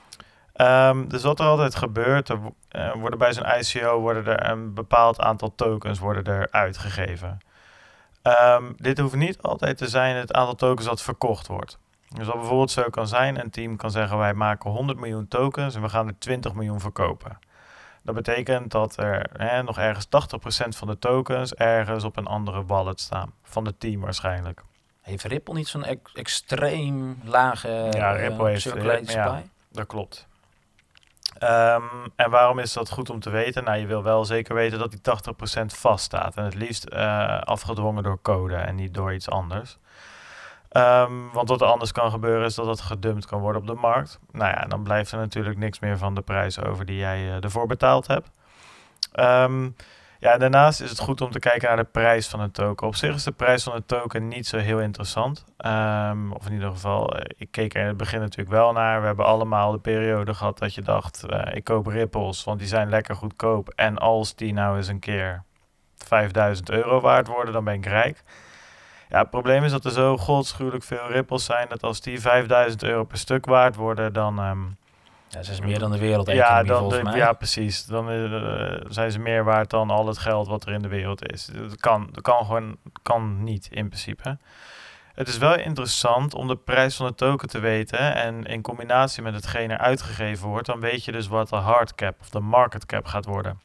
Um, dus wat er altijd gebeurt, er uh, worden bij zo'n I C O worden er een bepaald aantal tokens worden er uitgegeven. Um, dit hoeft niet altijd te zijn het aantal tokens dat verkocht wordt. Dus wat bijvoorbeeld zo kan zijn, een team kan zeggen wij maken honderd miljoen tokens en we gaan er twintig miljoen verkopen. Dat betekent dat er hè, nog ergens tachtig procent van de tokens ergens op een andere wallet staan. Van het team waarschijnlijk. Heeft Ripple niet zo'n ex- extreem lage ja, Ripple uh, heeft, circulating supply? Ja, dat klopt. Um, en waarom is dat goed om te weten? Nou, je wil wel zeker weten dat die tachtig procent vaststaat. En het liefst uh, afgedwongen door code en niet door iets anders. Um, want wat er anders kan gebeuren is dat het gedumpt kan worden op de markt. Nou ja, dan blijft er natuurlijk niks meer van de prijs over die jij uh, ervoor betaald hebt. Um, ja, daarnaast is het goed om te kijken naar de prijs van een token. Op zich is de prijs van een token niet zo heel interessant. Um, of in ieder geval, uh, ik keek er in het begin natuurlijk wel naar. We hebben allemaal de periode gehad dat je dacht, uh, ik koop Ripples, want die zijn lekker goedkoop. En als die nou eens een keer vijfduizend euro waard worden, dan ben ik rijk. Ja, het probleem is dat er zo godschuwelijk veel Ripples zijn, dat als die vijfduizend euro per stuk waard worden, dan... Um, ja, ze is meer dan de wereld. Ja, dan de, ja, precies. Dan uh, zijn ze meer waard dan al het geld wat er in de wereld is. Dat kan, dat kan gewoon kan niet in principe. Het is wel interessant om de prijs van de token te weten. En in combinatie met hetgeen er uitgegeven wordt, dan weet je dus wat de hard cap of de market cap gaat worden.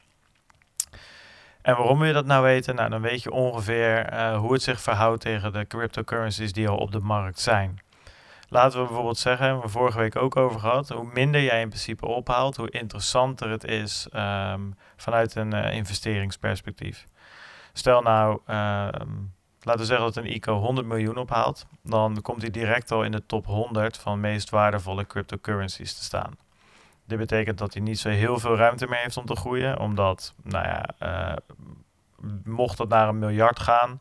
En waarom wil je dat nou weten? Nou, dan weet je ongeveer uh, hoe het zich verhoudt tegen de cryptocurrencies die al op de markt zijn. laten we bijvoorbeeld zeggen, hebben we vorige week ook over gehad, hoe minder jij in principe ophaalt, hoe interessanter het is um, vanuit een uh, investeringsperspectief. Stel nou, um, laten we zeggen dat een I C O honderd miljoen ophaalt, dan komt hij direct al in de top honderd van meest waardevolle cryptocurrencies te staan. Dit betekent dat hij niet zo heel veel ruimte meer heeft om te groeien, omdat, nou ja, uh, mocht dat naar een miljard gaan,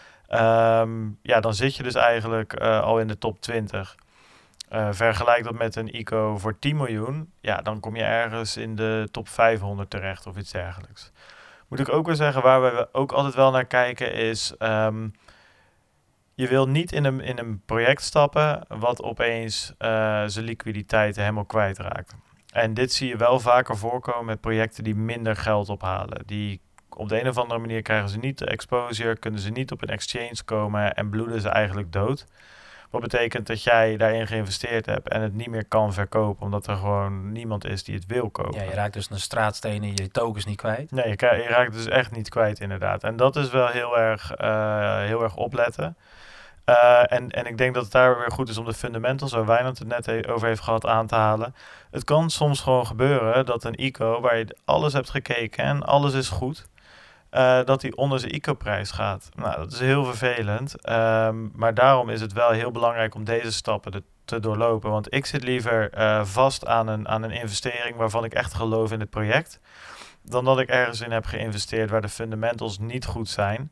um, ja, dan zit je dus eigenlijk uh, al in de top twintig. Uh, vergelijk dat met een I C O voor tien miljoen, ja, dan kom je ergens in de top vijfhonderd terecht of iets dergelijks. Moet ik ook wel zeggen, waar we ook altijd wel naar kijken is, um, je wil niet in een, in een project stappen wat opeens uh, zijn liquiditeit helemaal kwijtraakt. En dit zie je wel vaker voorkomen met projecten die minder geld ophalen. Die op de een of andere manier krijgen ze niet de exposure, kunnen ze niet op een exchange komen en bloeden ze eigenlijk dood. Wat betekent dat jij daarin geïnvesteerd hebt en het niet meer kan verkopen, omdat er gewoon niemand is die het wil kopen. Ja, je raakt dus een straatstenen en je tokens niet kwijt. Nee, je, je raakt dus echt niet kwijt inderdaad. En dat is wel heel erg, uh, heel erg opletten. Uh, en, en ik denk dat het daar weer goed is om de fundamentals, waar Wijnand het net he- over heeft gehad, aan te halen. Het kan soms gewoon gebeuren dat een I C O, waar je alles hebt gekeken en alles is goed, Uh, dat hij onder zijn I C O-prijs gaat. Nou, dat is heel vervelend. Um, maar daarom is het wel heel belangrijk om deze stappen de, te doorlopen. Want ik zit liever uh, vast aan een, aan een investering waarvan ik echt geloof in het project, dan dat ik ergens in heb geïnvesteerd waar de fundamentals niet goed zijn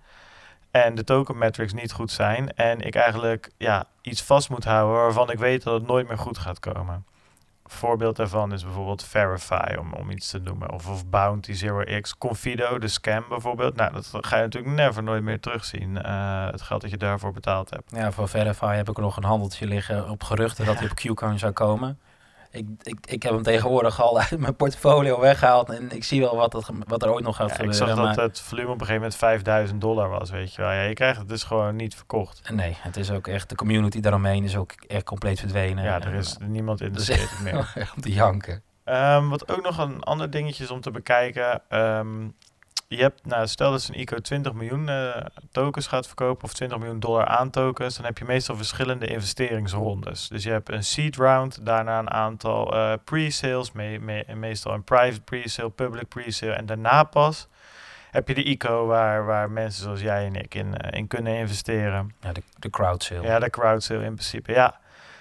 en de token metrics niet goed zijn. En ik eigenlijk ja, iets vast moet houden waarvan ik weet dat het nooit meer goed gaat komen. Voorbeeld daarvan is bijvoorbeeld Verify, om, om iets te noemen. Of, of Bounty Zero X, Confido, de scam bijvoorbeeld. Nou, dat ga je natuurlijk never nooit meer terugzien. Uh, het geld dat je daarvoor betaald hebt. Ja, voor Verify heb ik nog een handeltje liggen op geruchten ja. dat hij op Qcoin zou komen. Ik, ik, ik heb hem tegenwoordig al uit mijn portfolio weggehaald en ik zie wel wat, dat, wat er ooit nog gaat ja, gebeuren. Ik zag maar... dat het volume op een gegeven moment vijfduizend dollar was, weet je wel. Ja, je krijgt het dus gewoon niet verkocht. Nee, het is ook echt, de community daaromheen is ook echt compleet verdwenen. Ja, er is en, niemand interesseert het meer. Om te janken. Um, wat ook nog een ander dingetje is om te bekijken. Um, je hebt, nou, stel dat een I C O twintig miljoen uh, tokens gaat verkopen of twintig miljoen dollar aan tokens, dan heb je meestal verschillende investeringsrondes. Dus je hebt een seed round, daarna een aantal uh, pre-sales, me, me, meestal een private pre-sale, public pre-sale en daarna pas heb je de I C O waar, waar mensen zoals jij en ik in, uh, in kunnen investeren. Ja, de, de crowd sale. Ja, de crowd sale in principe, ja.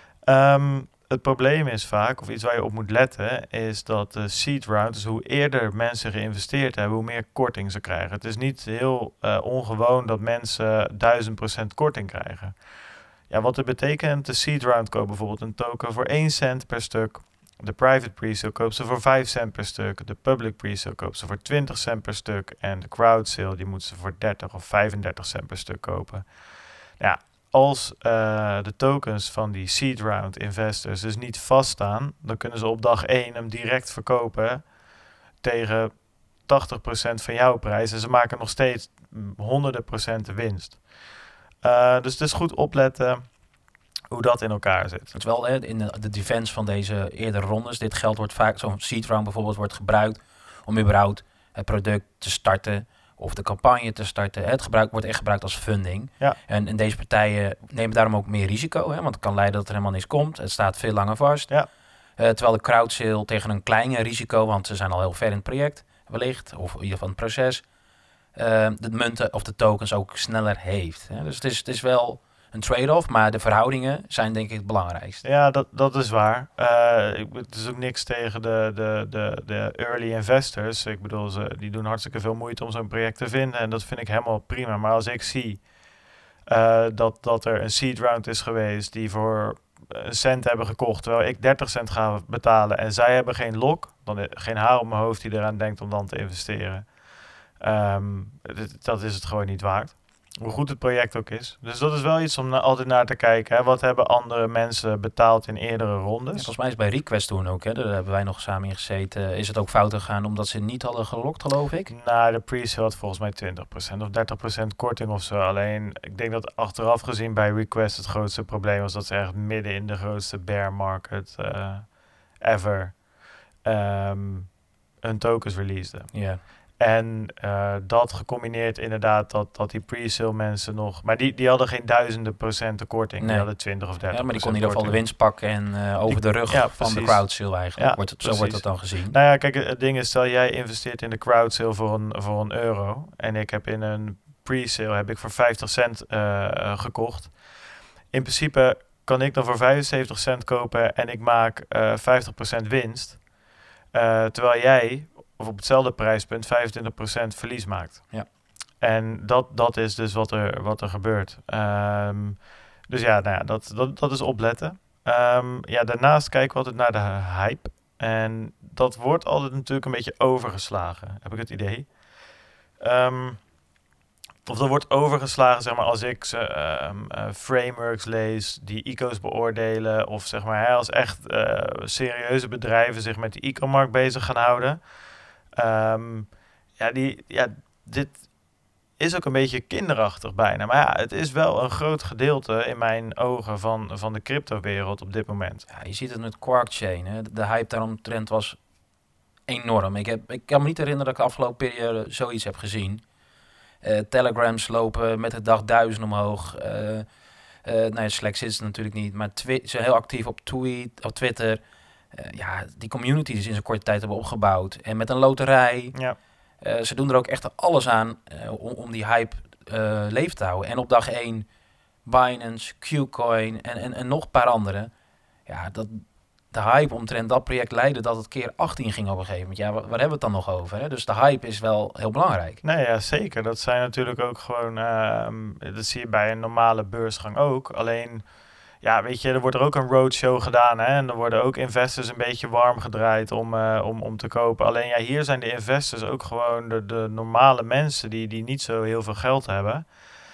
Um, Het probleem is vaak, of iets waar je op moet letten, is dat de seed round, dus hoe eerder mensen geïnvesteerd hebben, hoe meer korting ze krijgen. Het is niet heel uh, ongewoon dat mensen duizend procent korting krijgen. Ja, wat het betekent, de seed round koopt bijvoorbeeld een token voor één cent per stuk. De private pre-sale koopt ze voor vijf cent per stuk. De public pre-sale koopt ze voor twintig cent per stuk. En de crowd sale, die moet ze voor dertig of vijfendertig cent per stuk kopen. Ja. Als uh, de tokens van die seed round investors dus niet vaststaan, dan kunnen ze op dag één hem direct verkopen tegen tachtig procent van jouw prijs. En ze maken nog steeds honderden procenten winst. Uh, dus het is goed opletten hoe dat in elkaar zit. Terwijl hè, in de, de defense van deze eerdere rondes, dit geld wordt vaak, zo'n seed round bijvoorbeeld, wordt gebruikt om überhaupt het product te starten of de campagne te starten. Het gebruik wordt echt gebruikt als funding. Ja. En, en deze partijen nemen daarom ook meer risico. Hè, want het kan leiden dat er helemaal niks komt. Het staat veel langer vast. Ja. Uh, terwijl de crowd sale tegen een kleiner risico, want ze zijn al heel ver in het project wellicht, of in ieder geval het proces, uh, de munten of de tokens ook sneller heeft. Hè. Dus het is, het is wel een trade-off, maar de verhoudingen zijn denk ik het belangrijkste. Ja, dat, dat is waar. Uh, ik, het is ook niks tegen de, de, de, de early investors. Ik bedoel, ze, die doen hartstikke veel moeite om zo'n project te vinden en dat vind ik helemaal prima. Maar als ik zie uh, dat, dat er een seed round is geweest die voor een cent hebben gekocht, terwijl ik dertig cent ga betalen en zij hebben geen lok, dan geen haar op mijn hoofd die eraan denkt om dan te investeren. Um, dat, dat is het gewoon niet waard. Hoe goed het project ook is. Dus dat is wel iets om na, altijd naar te kijken. Hè. Wat hebben andere mensen betaald in eerdere rondes? Ja, volgens mij is bij Request toen ook, hè, daar hebben wij nog samen in gezeten, is het ook fout gegaan omdat ze niet hadden gelokt, geloof ik? Nou, de pre-sale had volgens mij twintig procent of dertig procent korting of zo. Alleen, ik denk dat achteraf gezien bij Request het grootste probleem was dat ze echt midden in de grootste bear market uh, ever um, hun tokens releaseden. Ja. En uh, dat gecombineerd inderdaad dat, dat die pre-sale mensen nog... Maar die, die hadden geen duizenden procenten korting. Nee. Die hadden twintig of dertig. Ja, maar die kon in ieder geval de winst pakken en uh, over die, de rug ja, van de crowdsale eigenlijk. Ja, wordt het, zo wordt het dan gezien. Nou ja, kijk, het ding is, stel jij investeert in de crowdsale voor een, voor een euro. En ik heb in een pre-sale heb ik voor vijftig cent uh, gekocht. In principe kan ik dan voor vijfenzeventig cent kopen en ik maak uh, vijftig procent winst. Uh, terwijl jij... of op hetzelfde prijspunt vijfentwintig procent verlies maakt. Ja. En dat, dat is dus wat er, wat er gebeurt. Um, dus ja, nou ja dat, dat, dat is opletten. Um, ja, daarnaast kijken we altijd naar de hype. En dat wordt altijd natuurlijk een beetje overgeslagen, heb ik het idee. Um, of dat wordt overgeslagen, zeg maar, als ik uh, uh, frameworks lees die I C O's beoordelen. Of zeg maar, hè, als echt uh, serieuze bedrijven zich met de I C O-markt bezig gaan houden. Um, ja, die, ja, dit is ook een beetje kinderachtig bijna. Maar ja, het is wel een groot gedeelte in mijn ogen van, van de crypto-wereld op dit moment. Ja, je ziet het met Quarkchain. Hè? De hype daaromtrent was enorm. Ik, heb, ik kan me niet herinneren dat ik de afgelopen periode zoiets heb gezien. Uh, Telegrams lopen met de dag duizend omhoog. Uh, uh, nou ja, Slack zit ze natuurlijk niet. Maar twi- ze zijn heel actief op, tweet, op Twitter. Uh, ja, die community die ze in zo'n korte tijd hebben opgebouwd. En met een loterij. Ja. Uh, ze doen er ook echt alles aan uh, om, om die hype uh, leef te houden. En op dag één Binance, Qcoin en, en, en nog een paar andere. Ja, dat, de hype omtrent dat project leidde dat het keer achttien ging op een gegeven moment. Ja, waar, waar hebben we het dan nog over? Hè? Dus de hype is wel heel belangrijk. Nee, ja, zeker. Dat zijn natuurlijk ook gewoon... Uh, dat zie je bij een normale beursgang ook. Alleen... Ja, weet je, er wordt er ook een roadshow gedaan, hè, en er worden ook investors een beetje warm gedraaid om, uh, om, om te kopen. Alleen ja, hier zijn de investors ook gewoon de, de normale mensen die, die niet zo heel veel geld hebben.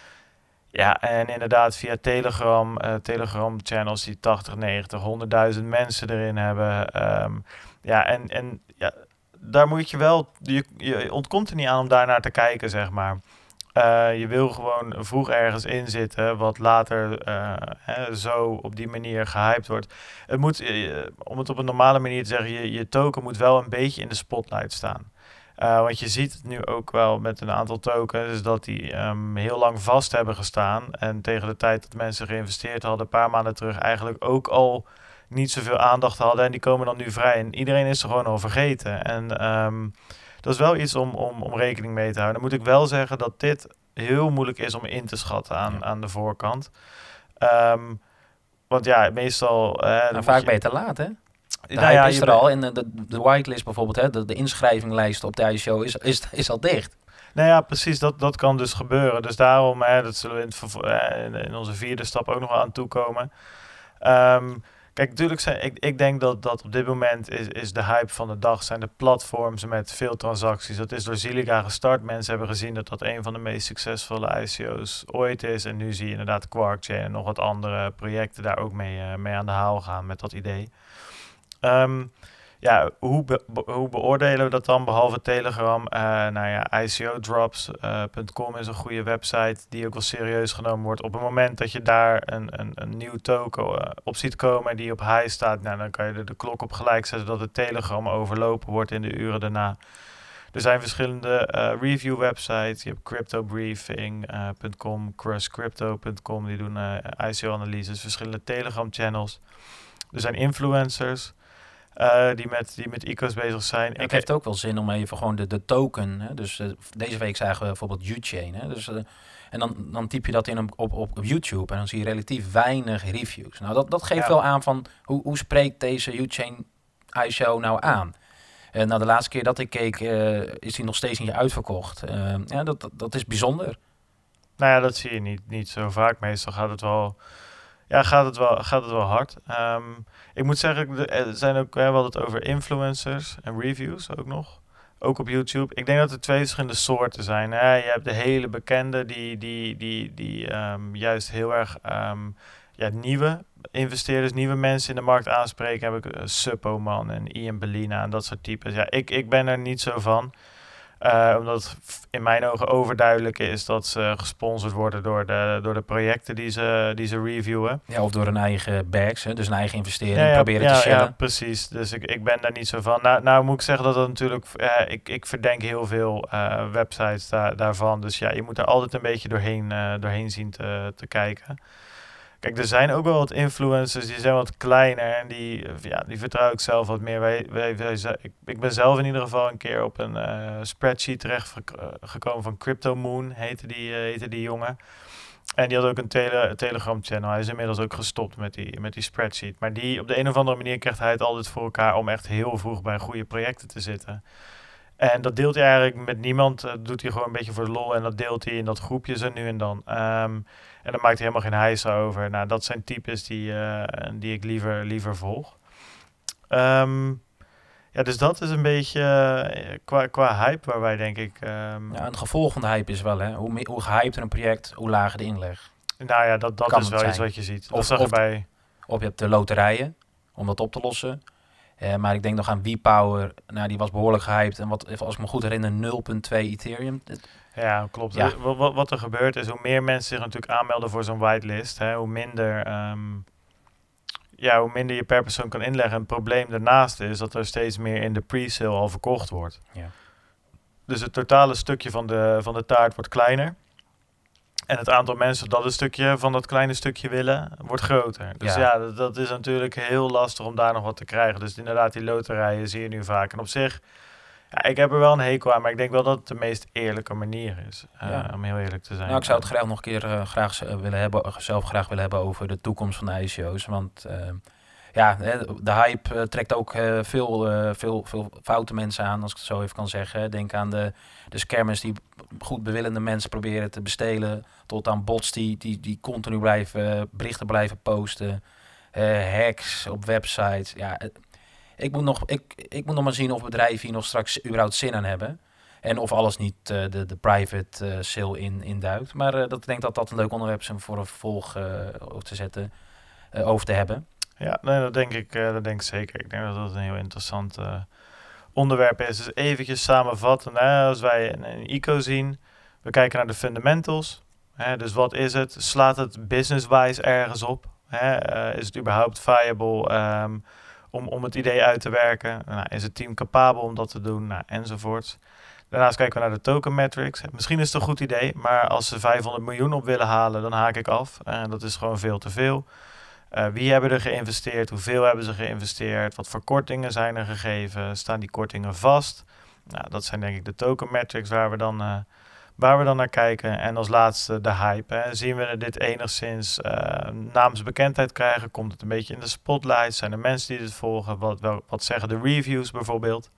Ja, en inderdaad via Telegram, uh, Telegram-channels die tachtig, negentig, honderdduizend mensen erin hebben. Um, ja, en, en ja, daar moet je wel, je, je ontkomt er niet aan om daar naar te kijken, zeg maar. Uh, je wil gewoon vroeg ergens in zitten, wat later uh, hè, zo op die manier gehyped wordt. Het moet, uh, om het op een normale manier te zeggen, je, je token moet wel een beetje in de spotlight staan. Uh, want je ziet het nu ook wel met een aantal tokens, dat die um, heel lang vast hebben gestaan. En tegen de tijd dat mensen geïnvesteerd hadden, een paar maanden terug, eigenlijk ook al niet zoveel aandacht hadden. En die komen dan nu vrij. En iedereen is er gewoon al vergeten. En... Um, dat is wel iets om, om, om rekening mee te houden. Dan moet ik wel zeggen dat dit heel moeilijk is om in te schatten aan, ja. aan de voorkant. Um, want ja, meestal... Uh, nou, vaak je... ben je te laat, hè? De nou ja, is er al. En de, de, de whitelist bijvoorbeeld, hè, de, de inschrijvinglijst op de I C O is, is, is al dicht. Nou ja, precies. Dat, dat kan dus gebeuren. Dus daarom, hè, dat zullen we in, het, in, in onze vierde stap ook nog wel aan toekomen. Um, Kijk, natuurlijk zijn, ik, ik denk dat, dat op dit moment is, is de hype van de dag zijn de platforms met veel transacties. Dat is door Zilliqa gestart. Mensen hebben gezien dat dat een van de meest succesvolle I C O's ooit is. En nu zie je inderdaad Quarkchain en nog wat andere projecten daar ook mee, uh, mee aan de haal gaan met dat idee. Um, ja, hoe, be, be, hoe beoordelen we dat dan, behalve Telegram? Uh, nou ja, I C O drops punt com uh, is een goede website die ook wel serieus genomen wordt. Op het moment dat je daar een, een, een nieuw token uh, op ziet komen die op high staat, nou, dan kan je de, de klok op gelijk zetten dat het Telegram overlopen wordt in de uren daarna. Er zijn verschillende uh, review websites. Je hebt cryptobriefing punt com, uh, crush crypto punt com, die doen uh, I C O-analyses, verschillende Telegram channels. Er zijn influencers. Uh, die, met, die met I C O's bezig zijn. Ja, het heeft ook wel zin om even gewoon de, de token... Hè? Dus uh, deze week zagen we bijvoorbeeld U-Chain. Hè? Dus, uh, en dan, dan typ je dat in op, op, op YouTube... en dan zie je relatief weinig reviews. Nou, dat, dat geeft ja. wel aan van... Hoe, hoe spreekt deze U-Chain I C O nou aan? Uh, nou, de laatste keer dat ik keek... Uh, is die nog steeds niet uitverkocht. Uh, ja, dat, dat, dat is bijzonder. Nou ja, dat zie je niet, niet zo vaak. Meestal gaat het wel... Ja, gaat het wel, gaat het wel hard. Um, ik moet zeggen, er zijn ook hè, wel het over influencers en reviews ook nog. Ook op YouTube. Ik denk dat er twee verschillende soorten zijn. Hè. Je hebt de hele bekende die, die, die, die um, juist heel erg um, ja, nieuwe investeerders, nieuwe mensen in de markt aanspreken. Heb ik uh, Suppoman en Ian Bellina en dat soort types. Ja, ik, ik ben er niet zo van. Uh, omdat in mijn ogen overduidelijk is dat ze gesponsord worden door de, door de projecten die ze, die ze reviewen. Ja, of door hun eigen bags, hè? Dus een eigen investering, ja, ja, proberen ja, te shellen. Ja, precies. Dus ik, ik ben daar niet zo van. Nou, nou moet ik zeggen dat dat natuurlijk... Uh, ik, ik verdenk heel veel uh, websites daar, daarvan. Dus ja, je moet er altijd een beetje doorheen, uh, doorheen zien te, te kijken. Kijk, er zijn ook wel wat influencers, die zijn wat kleiner en die, ja, die vertrouw ik zelf wat meer. Wij, wij, wij, ik, ik ben zelf in ieder geval een keer op een uh, spreadsheet terecht gekomen van Crypto Moon, heette die, uh, heette die jongen. En die had ook een tele, Telegram channel. Hij is inmiddels ook gestopt met die, met die spreadsheet. Maar die, op de een of andere manier krijgt hij het altijd voor elkaar om echt heel vroeg bij goede projecten te zitten. En dat deelt hij eigenlijk met niemand. Dat doet hij gewoon een beetje voor de lol. En dat deelt hij in dat groepje zo nu en dan. Um, en dan maakt hij helemaal geen hijs over. Nou, dat zijn types die, uh, die ik liever, liever volg. Um, ja, dus dat is een beetje uh, qua, qua hype waar wij denk ik... Um, ja, het gevolg van de hype is wel, hè. Hoe, me, hoe gehypter een project, hoe lager de inleg. Nou ja, dat, dat is wel zijn. Iets wat je ziet. Of, of, bij... of je hebt de loterijen, om dat op te lossen. Uh, maar ik denk nog aan WePower. Nou, die was behoorlijk gehyped. En wat, als ik me goed herinner, nul komma twee Ethereum. Ja, klopt. Ja. Wat, wat er gebeurt is, hoe meer mensen zich natuurlijk aanmelden voor zo'n whitelist, hè, hoe minder... Um, ja, hoe minder je per persoon kan inleggen. En het probleem daarnaast is dat er steeds meer in de pre-sale al verkocht wordt. Ja. Dus het totale stukje van de, van de taart wordt kleiner. En het aantal mensen dat een stukje van dat kleine stukje willen, wordt groter. Dus ja, ja dat, dat is natuurlijk heel lastig om daar nog wat te krijgen. Dus inderdaad, die loterijen zie je nu vaak. En op zich, ja, ik heb er wel een hekel aan, maar ik denk wel dat het de meest eerlijke manier is. Uh, ja. Om heel eerlijk te zijn. Nou, ik zou het graag nog een keer uh, graag willen hebben, zelf graag willen hebben over de toekomst van de I C O's. Want uh, ja, de hype uh, trekt ook uh, veel, uh, veel, veel foute mensen aan, als ik het zo even kan zeggen. Denk aan de, de scammers die goed bewillende mensen proberen te bestelen, tot aan bots die, die, die continu blijven uh, berichten blijven posten, uh, hacks op websites. Ja, uh, ik, moet nog, ik, ik moet nog maar zien of bedrijven hier nog straks überhaupt zin aan hebben. En of alles niet uh, de, de private uh, sale in, induikt. Maar uh, dat, ik denk dat dat een leuk onderwerp is om voor een vervolg uh, over te zetten, uh, over te hebben. Ja, nee, dat denk ik, uh, dat denk ik zeker. Ik denk dat dat een heel interessant uh, onderwerp is. Dus eventjes samenvatten. Hè, als wij een, een I C O zien, we kijken naar de fundamentals. Hè, dus wat is het? Slaat het business-wise ergens op? Hè? Uh, is het überhaupt viable um, om, om het idee uit te werken? Nou, is het team capabel om dat te doen? Nou, enzovoorts. Daarnaast kijken we naar de token metrics. Misschien is het een goed idee, maar als ze vijfhonderd miljoen op willen halen, dan haak ik af. Uh, dat is gewoon veel te veel. Uh, wie hebben er geïnvesteerd? Hoeveel hebben ze geïnvesteerd? Wat voor kortingen zijn er gegeven? Staan die kortingen vast? Nou, dat zijn denk ik de token metrics waar we dan, uh, waar we dan naar kijken. En als laatste de hype. Hè. Zien we dit enigszins uh, naamsbekendheid krijgen? Komt het een beetje in de spotlight? Zijn er mensen die dit volgen? Wat, wel, wat zeggen de reviews bijvoorbeeld?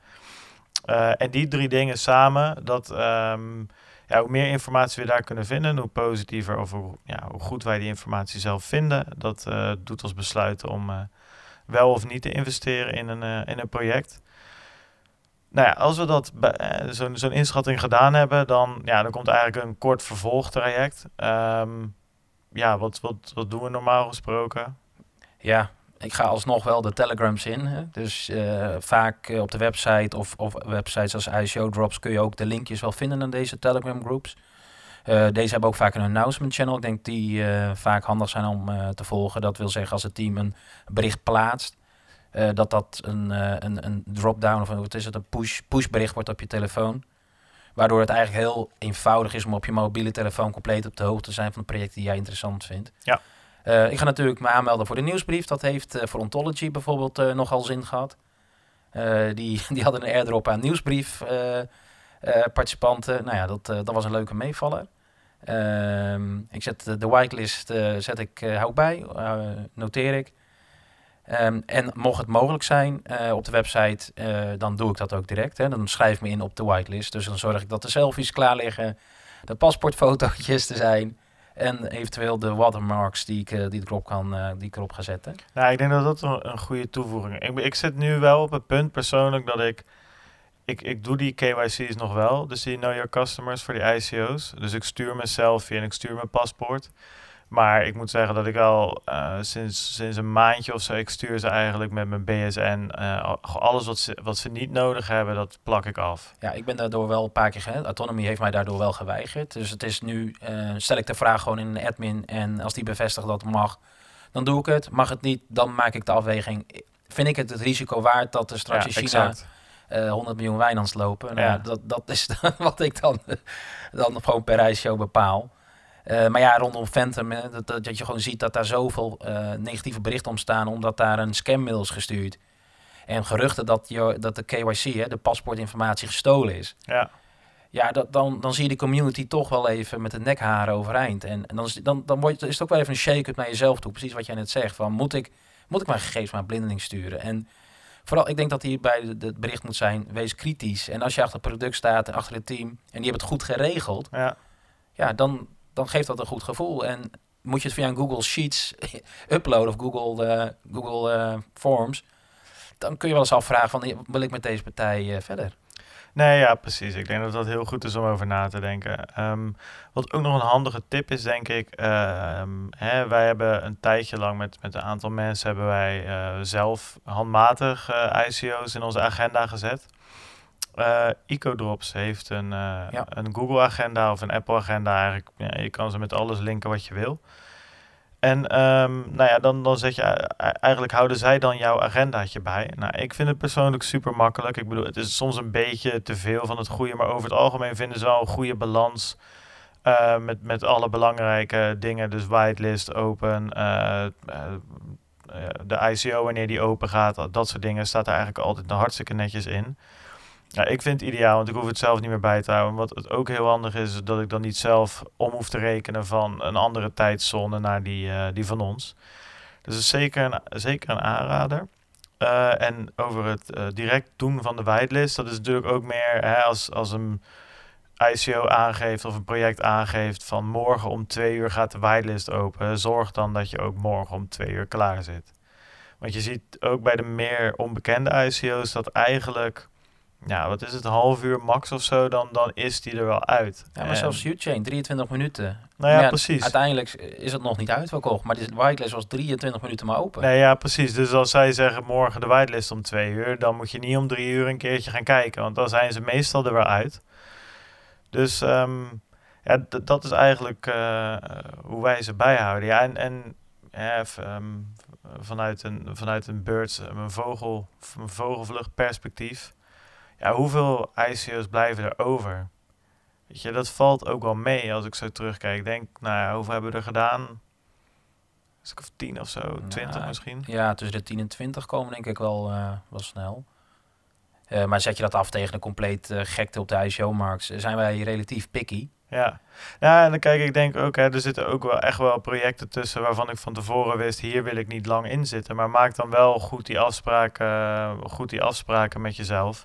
Uh, en die drie dingen samen, dat... Um, Ja, hoe meer informatie we daar kunnen vinden, hoe positiever of hoe, ja, hoe goed wij die informatie zelf vinden, dat uh, doet ons besluiten om uh, wel of niet te investeren in een, uh, in een project. Nou ja, als we dat uh, zo'n zo'n inschatting gedaan hebben, dan, ja, dan komt eigenlijk een kort vervolgtraject. Um, ja, wat, wat, wat doen we normaal gesproken? Ja, ik ga alsnog wel de Telegrams in. Hè? Dus uh, vaak uh, op de website of, of websites als I C O Drops kun je ook de linkjes wel vinden aan deze Telegram groups. Uh, deze hebben ook vaak een announcement channel. Ik denk die uh, vaak handig zijn om uh, te volgen. Dat wil zeggen als het team een bericht plaatst, uh, dat dat een, uh, een, een drop-down of een, wat is het, een push, push bericht wordt op je telefoon. Waardoor het eigenlijk heel eenvoudig is om op je mobiele telefoon compleet op de hoogte te zijn van de projecten die jij interessant vindt. Ja. Uh, ik ga natuurlijk me aanmelden voor de nieuwsbrief. Dat heeft uh, voor Ontology bijvoorbeeld uh, nogal zin gehad. Uh, die, die hadden een airdrop aan nieuwsbrief uh, uh, participanten. Nou ja, dat, uh, dat was een leuke meevaller. Uh, ik zet uh, de whitelist uh, zet ik, uh, hou ik bij, uh, noteer ik. Um, en mocht het mogelijk zijn uh, op de website, uh, dan doe ik dat ook direct. Hè. Dan schrijf ik me in op de whitelist. Dus dan zorg ik dat de selfies klaar liggen, de paspoortfotootjes er zijn. En eventueel de watermarks die ik, uh, die ik, erop, kan, uh, die ik erop ga zetten. Nou, ik denk dat dat een, een goede toevoeging is. Ik, ik zit nu wel op het punt persoonlijk dat ik... Ik, ik doe die K Y C's nog wel. Dus die Know Your Customers voor die I C O's. Dus ik stuur mijn selfie en ik stuur mijn paspoort. Maar ik moet zeggen dat ik al uh, sinds, sinds een maandje of zo, ik stuur ze eigenlijk met mijn B S N. Uh, alles wat ze, wat ze niet nodig hebben, dat plak ik af. Ja, ik ben daardoor wel een paar keer geheid. Autonomy heeft mij daardoor wel geweigerd. Dus het is nu, uh, stel ik de vraag gewoon in een admin. En als die bevestigt dat het mag, dan doe ik het. Mag het niet, dan maak ik de afweging. Vind ik het het risico waard dat er straks in ja, China uh, honderd miljoen wijnands lopen? Nou, ja. dat, dat is wat ik dan, dan gewoon per ijsshow bepaal. Uh, maar ja, rondom Phantom, hè, dat, dat, dat je gewoon ziet dat daar zoveel uh, negatieve berichten om staan, omdat daar een scammail is gestuurd. En geruchten dat, je, dat de K Y C, hè, de paspoortinformatie, gestolen is. Ja, ja dat, dan, dan zie je de community toch wel even met de nekharen overeind. En, en dan, is, dan, dan wordt, is het ook wel even een shake-up naar jezelf toe. Precies wat jij net zegt. Van, moet, ik, moet ik mijn gegevens maar blindeling sturen? En vooral, ik denk dat hierbij het bericht moet zijn, wees kritisch. En als je achter het product staat en achter het team, en die hebben het goed geregeld, ja, ja dan... dan geeft dat een goed gevoel. En moet je het via een Google Sheets uploaden of Google, uh, Google uh, Forms, dan kun je wel eens afvragen van, wil ik met deze partij uh, verder? Nee, ja, precies. Ik denk dat dat heel goed is om over na te denken. Um, wat ook nog een handige tip is, denk ik, uh, um, hè, wij hebben een tijdje lang met, met een aantal mensen hebben wij uh, zelf handmatig uh, I C O's in onze agenda gezet. Uh, EcoDrops heeft een, uh, ja. een Google-agenda of een Apple-agenda. Eigenlijk, ja, je kan ze met alles linken wat je wil. En um, nou ja, dan, dan zet je... Eigenlijk houden zij dan jouw agendaatje bij. Nou, ik vind het persoonlijk super makkelijk. Ik bedoel, het is soms een beetje te veel van het goede, maar over het algemeen vinden ze wel een goede balans uh, met, met alle belangrijke dingen. Dus whitelist, open, uh, uh, de I C O wanneer die open gaat, dat soort dingen staat er eigenlijk altijd hartstikke netjes in. Ja, ik vind het ideaal, want ik hoef het zelf niet meer bij te houden. Wat het ook heel handig is, is dat ik dan niet zelf om hoef te rekenen van een andere tijdzone naar die, uh, die van ons. Dus het is zeker een, zeker een aanrader. Uh, en over het uh, direct doen van de whitelist, dat is natuurlijk ook meer hè, als, als een I C O aangeeft of een project aangeeft van morgen om twee uur gaat de whitelist open. Zorg dan dat je ook morgen om twee uur klaar zit. Want je ziet ook bij de meer onbekende I C O's dat eigenlijk... Ja, wat is het, een half uur max of zo, dan, dan is die er wel uit. Ja, maar en... zelfs U-Chain, drieëntwintig minuten. Nou ja, ja, precies. Uiteindelijk is het nog niet uitverkocht, maar de whitelist was drieëntwintig minuten maar open. Nee, ja, precies. Dus als zij zeggen morgen de whitelist om twee uur, dan moet je niet om drie uur een keertje gaan kijken, want dan zijn ze meestal er wel uit. Dus um, ja, d- dat is eigenlijk uh, hoe wij ze bijhouden. Ja, en, en ja, um, vanuit een, vanuit een birds, een vogel, een vogelvluchtperspectief. Ja, hoeveel I C O's blijven er over? Weet je, dat valt ook wel mee als ik zo terugkijk. Ik denk, nou ja, hoeveel hebben we er gedaan? Een stuk of tien of zo, twintig nou, misschien? Ja, tussen de tien en twintig komen denk ik wel, uh, wel snel. Uh, maar zet je dat af tegen een compleet uh, gekte op de I C O-markt, zijn wij relatief picky. Ja. ja, en dan kijk ik denk ook, hè, er zitten ook wel echt wel projecten tussen waarvan ik van tevoren wist, hier wil ik niet lang in zitten. Maar maak dan wel goed die afspraken, uh, goed die afspraken met jezelf.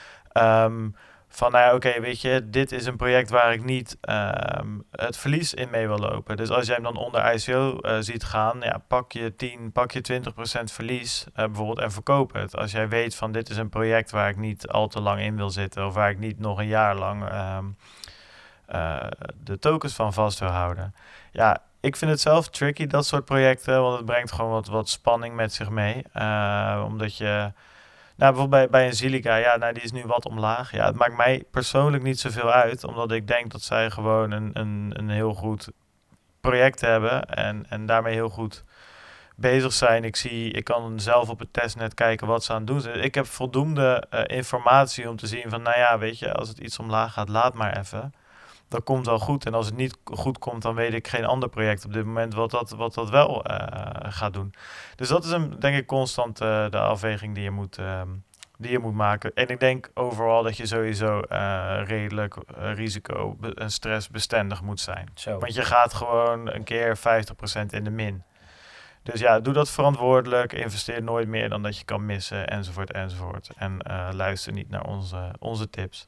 Um, van, nou ja, oké, okay, weet je, dit is een project waar ik niet um, het verlies in mee wil lopen. Dus als jij hem dan onder I C O uh, ziet gaan, ja, pak je tien, pak je twintig procent verlies uh, bijvoorbeeld en verkoop het. Als jij weet van, dit is een project waar ik niet al te lang in wil zitten of waar ik niet nog een jaar lang um, uh, de tokens van vast wil houden. Ja, ik vind het zelf tricky, dat soort projecten, want het brengt gewoon wat, wat spanning met zich mee. Uh, omdat je... Nou, bijvoorbeeld bij, bij een Zilliqa, ja, nou, die is nu wat omlaag. Ja, het maakt mij persoonlijk niet zoveel uit, omdat ik denk dat zij gewoon een, een, een heel goed project hebben en, en daarmee heel goed bezig zijn. Ik zie, ik kan zelf op het testnet kijken wat ze aan het doen zijn. Ik heb voldoende uh, informatie om te zien van, nou ja, weet je, als het iets omlaag gaat, laat maar even. Dat komt wel goed. En als het niet goed komt, dan weet ik geen ander project op dit moment wat dat, wat dat wel uh, gaat doen. Dus dat is een, denk ik constant uh, de afweging die je, moet, uh, die je moet maken. En ik denk overal dat je sowieso uh, redelijk uh, risico en stressbestendig moet zijn. Zo. Want je gaat gewoon een keer vijftig procent in de min. Dus ja, doe dat verantwoordelijk. Investeer nooit meer dan dat je kan missen, enzovoort, enzovoort. En uh, luister niet naar onze, onze tips.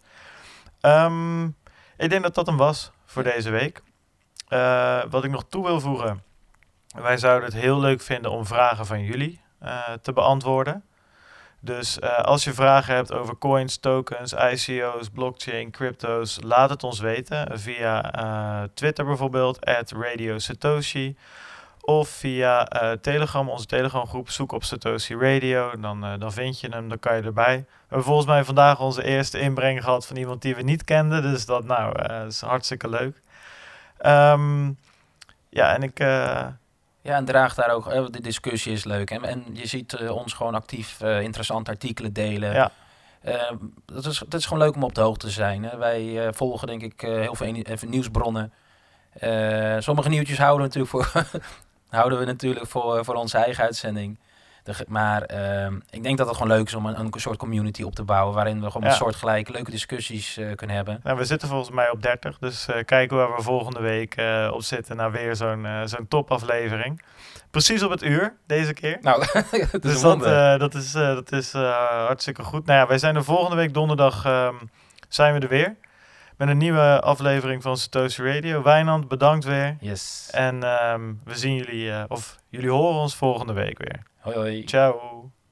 Um, Ik denk dat dat hem was voor deze week. Uh, wat ik nog toe wil voegen. Wij zouden het heel leuk vinden om vragen van jullie uh, te beantwoorden. Dus uh, als je vragen hebt over coins, tokens, I C O's, blockchain, crypto's, laat het ons weten. Via uh, Twitter bijvoorbeeld, at Radio Satoshi. Of via uh, Telegram, onze Telegram groep, zoek op Satoshi Radio. Dan, uh, dan vind je hem, dan kan je erbij. We hebben volgens mij vandaag onze eerste inbreng gehad van iemand die we niet kenden. Dus dat nou, uh, is hartstikke leuk. Um, ja, en ik... Uh, Ja, en draag daar ook, uh, de discussie is leuk. En, en je ziet uh, ons gewoon actief uh, interessante artikelen delen. Ja. Uh, dat, is, dat is gewoon leuk om op de hoogte te zijn. Hè. Wij uh, volgen denk ik uh, heel veel in, nieuwsbronnen. Uh, sommige nieuwtjes houden we natuurlijk voor, houden we natuurlijk voor, voor onze eigen uitzending. De, maar uh, ik denk dat het gewoon leuk is om een, een soort community op te bouwen... waarin we gewoon ja. een soort gelijke leuke discussies uh, kunnen hebben. Nou, we zitten volgens mij op dertig, dus uh, kijken waar we volgende week uh, op zitten... naar weer zo'n, uh, zo'n topaflevering. Precies op het uur, deze keer. Nou, dat dus is dat, uh, dat is, uh, dat is uh, hartstikke goed. Nou ja, wij zijn er volgende week donderdag um, zijn we er weer... met een nieuwe aflevering van Satoshi Radio. Wijnand, bedankt weer. Yes. En um, we zien jullie, uh, of jullie horen ons volgende week weer. Hoi hoi. Ciao.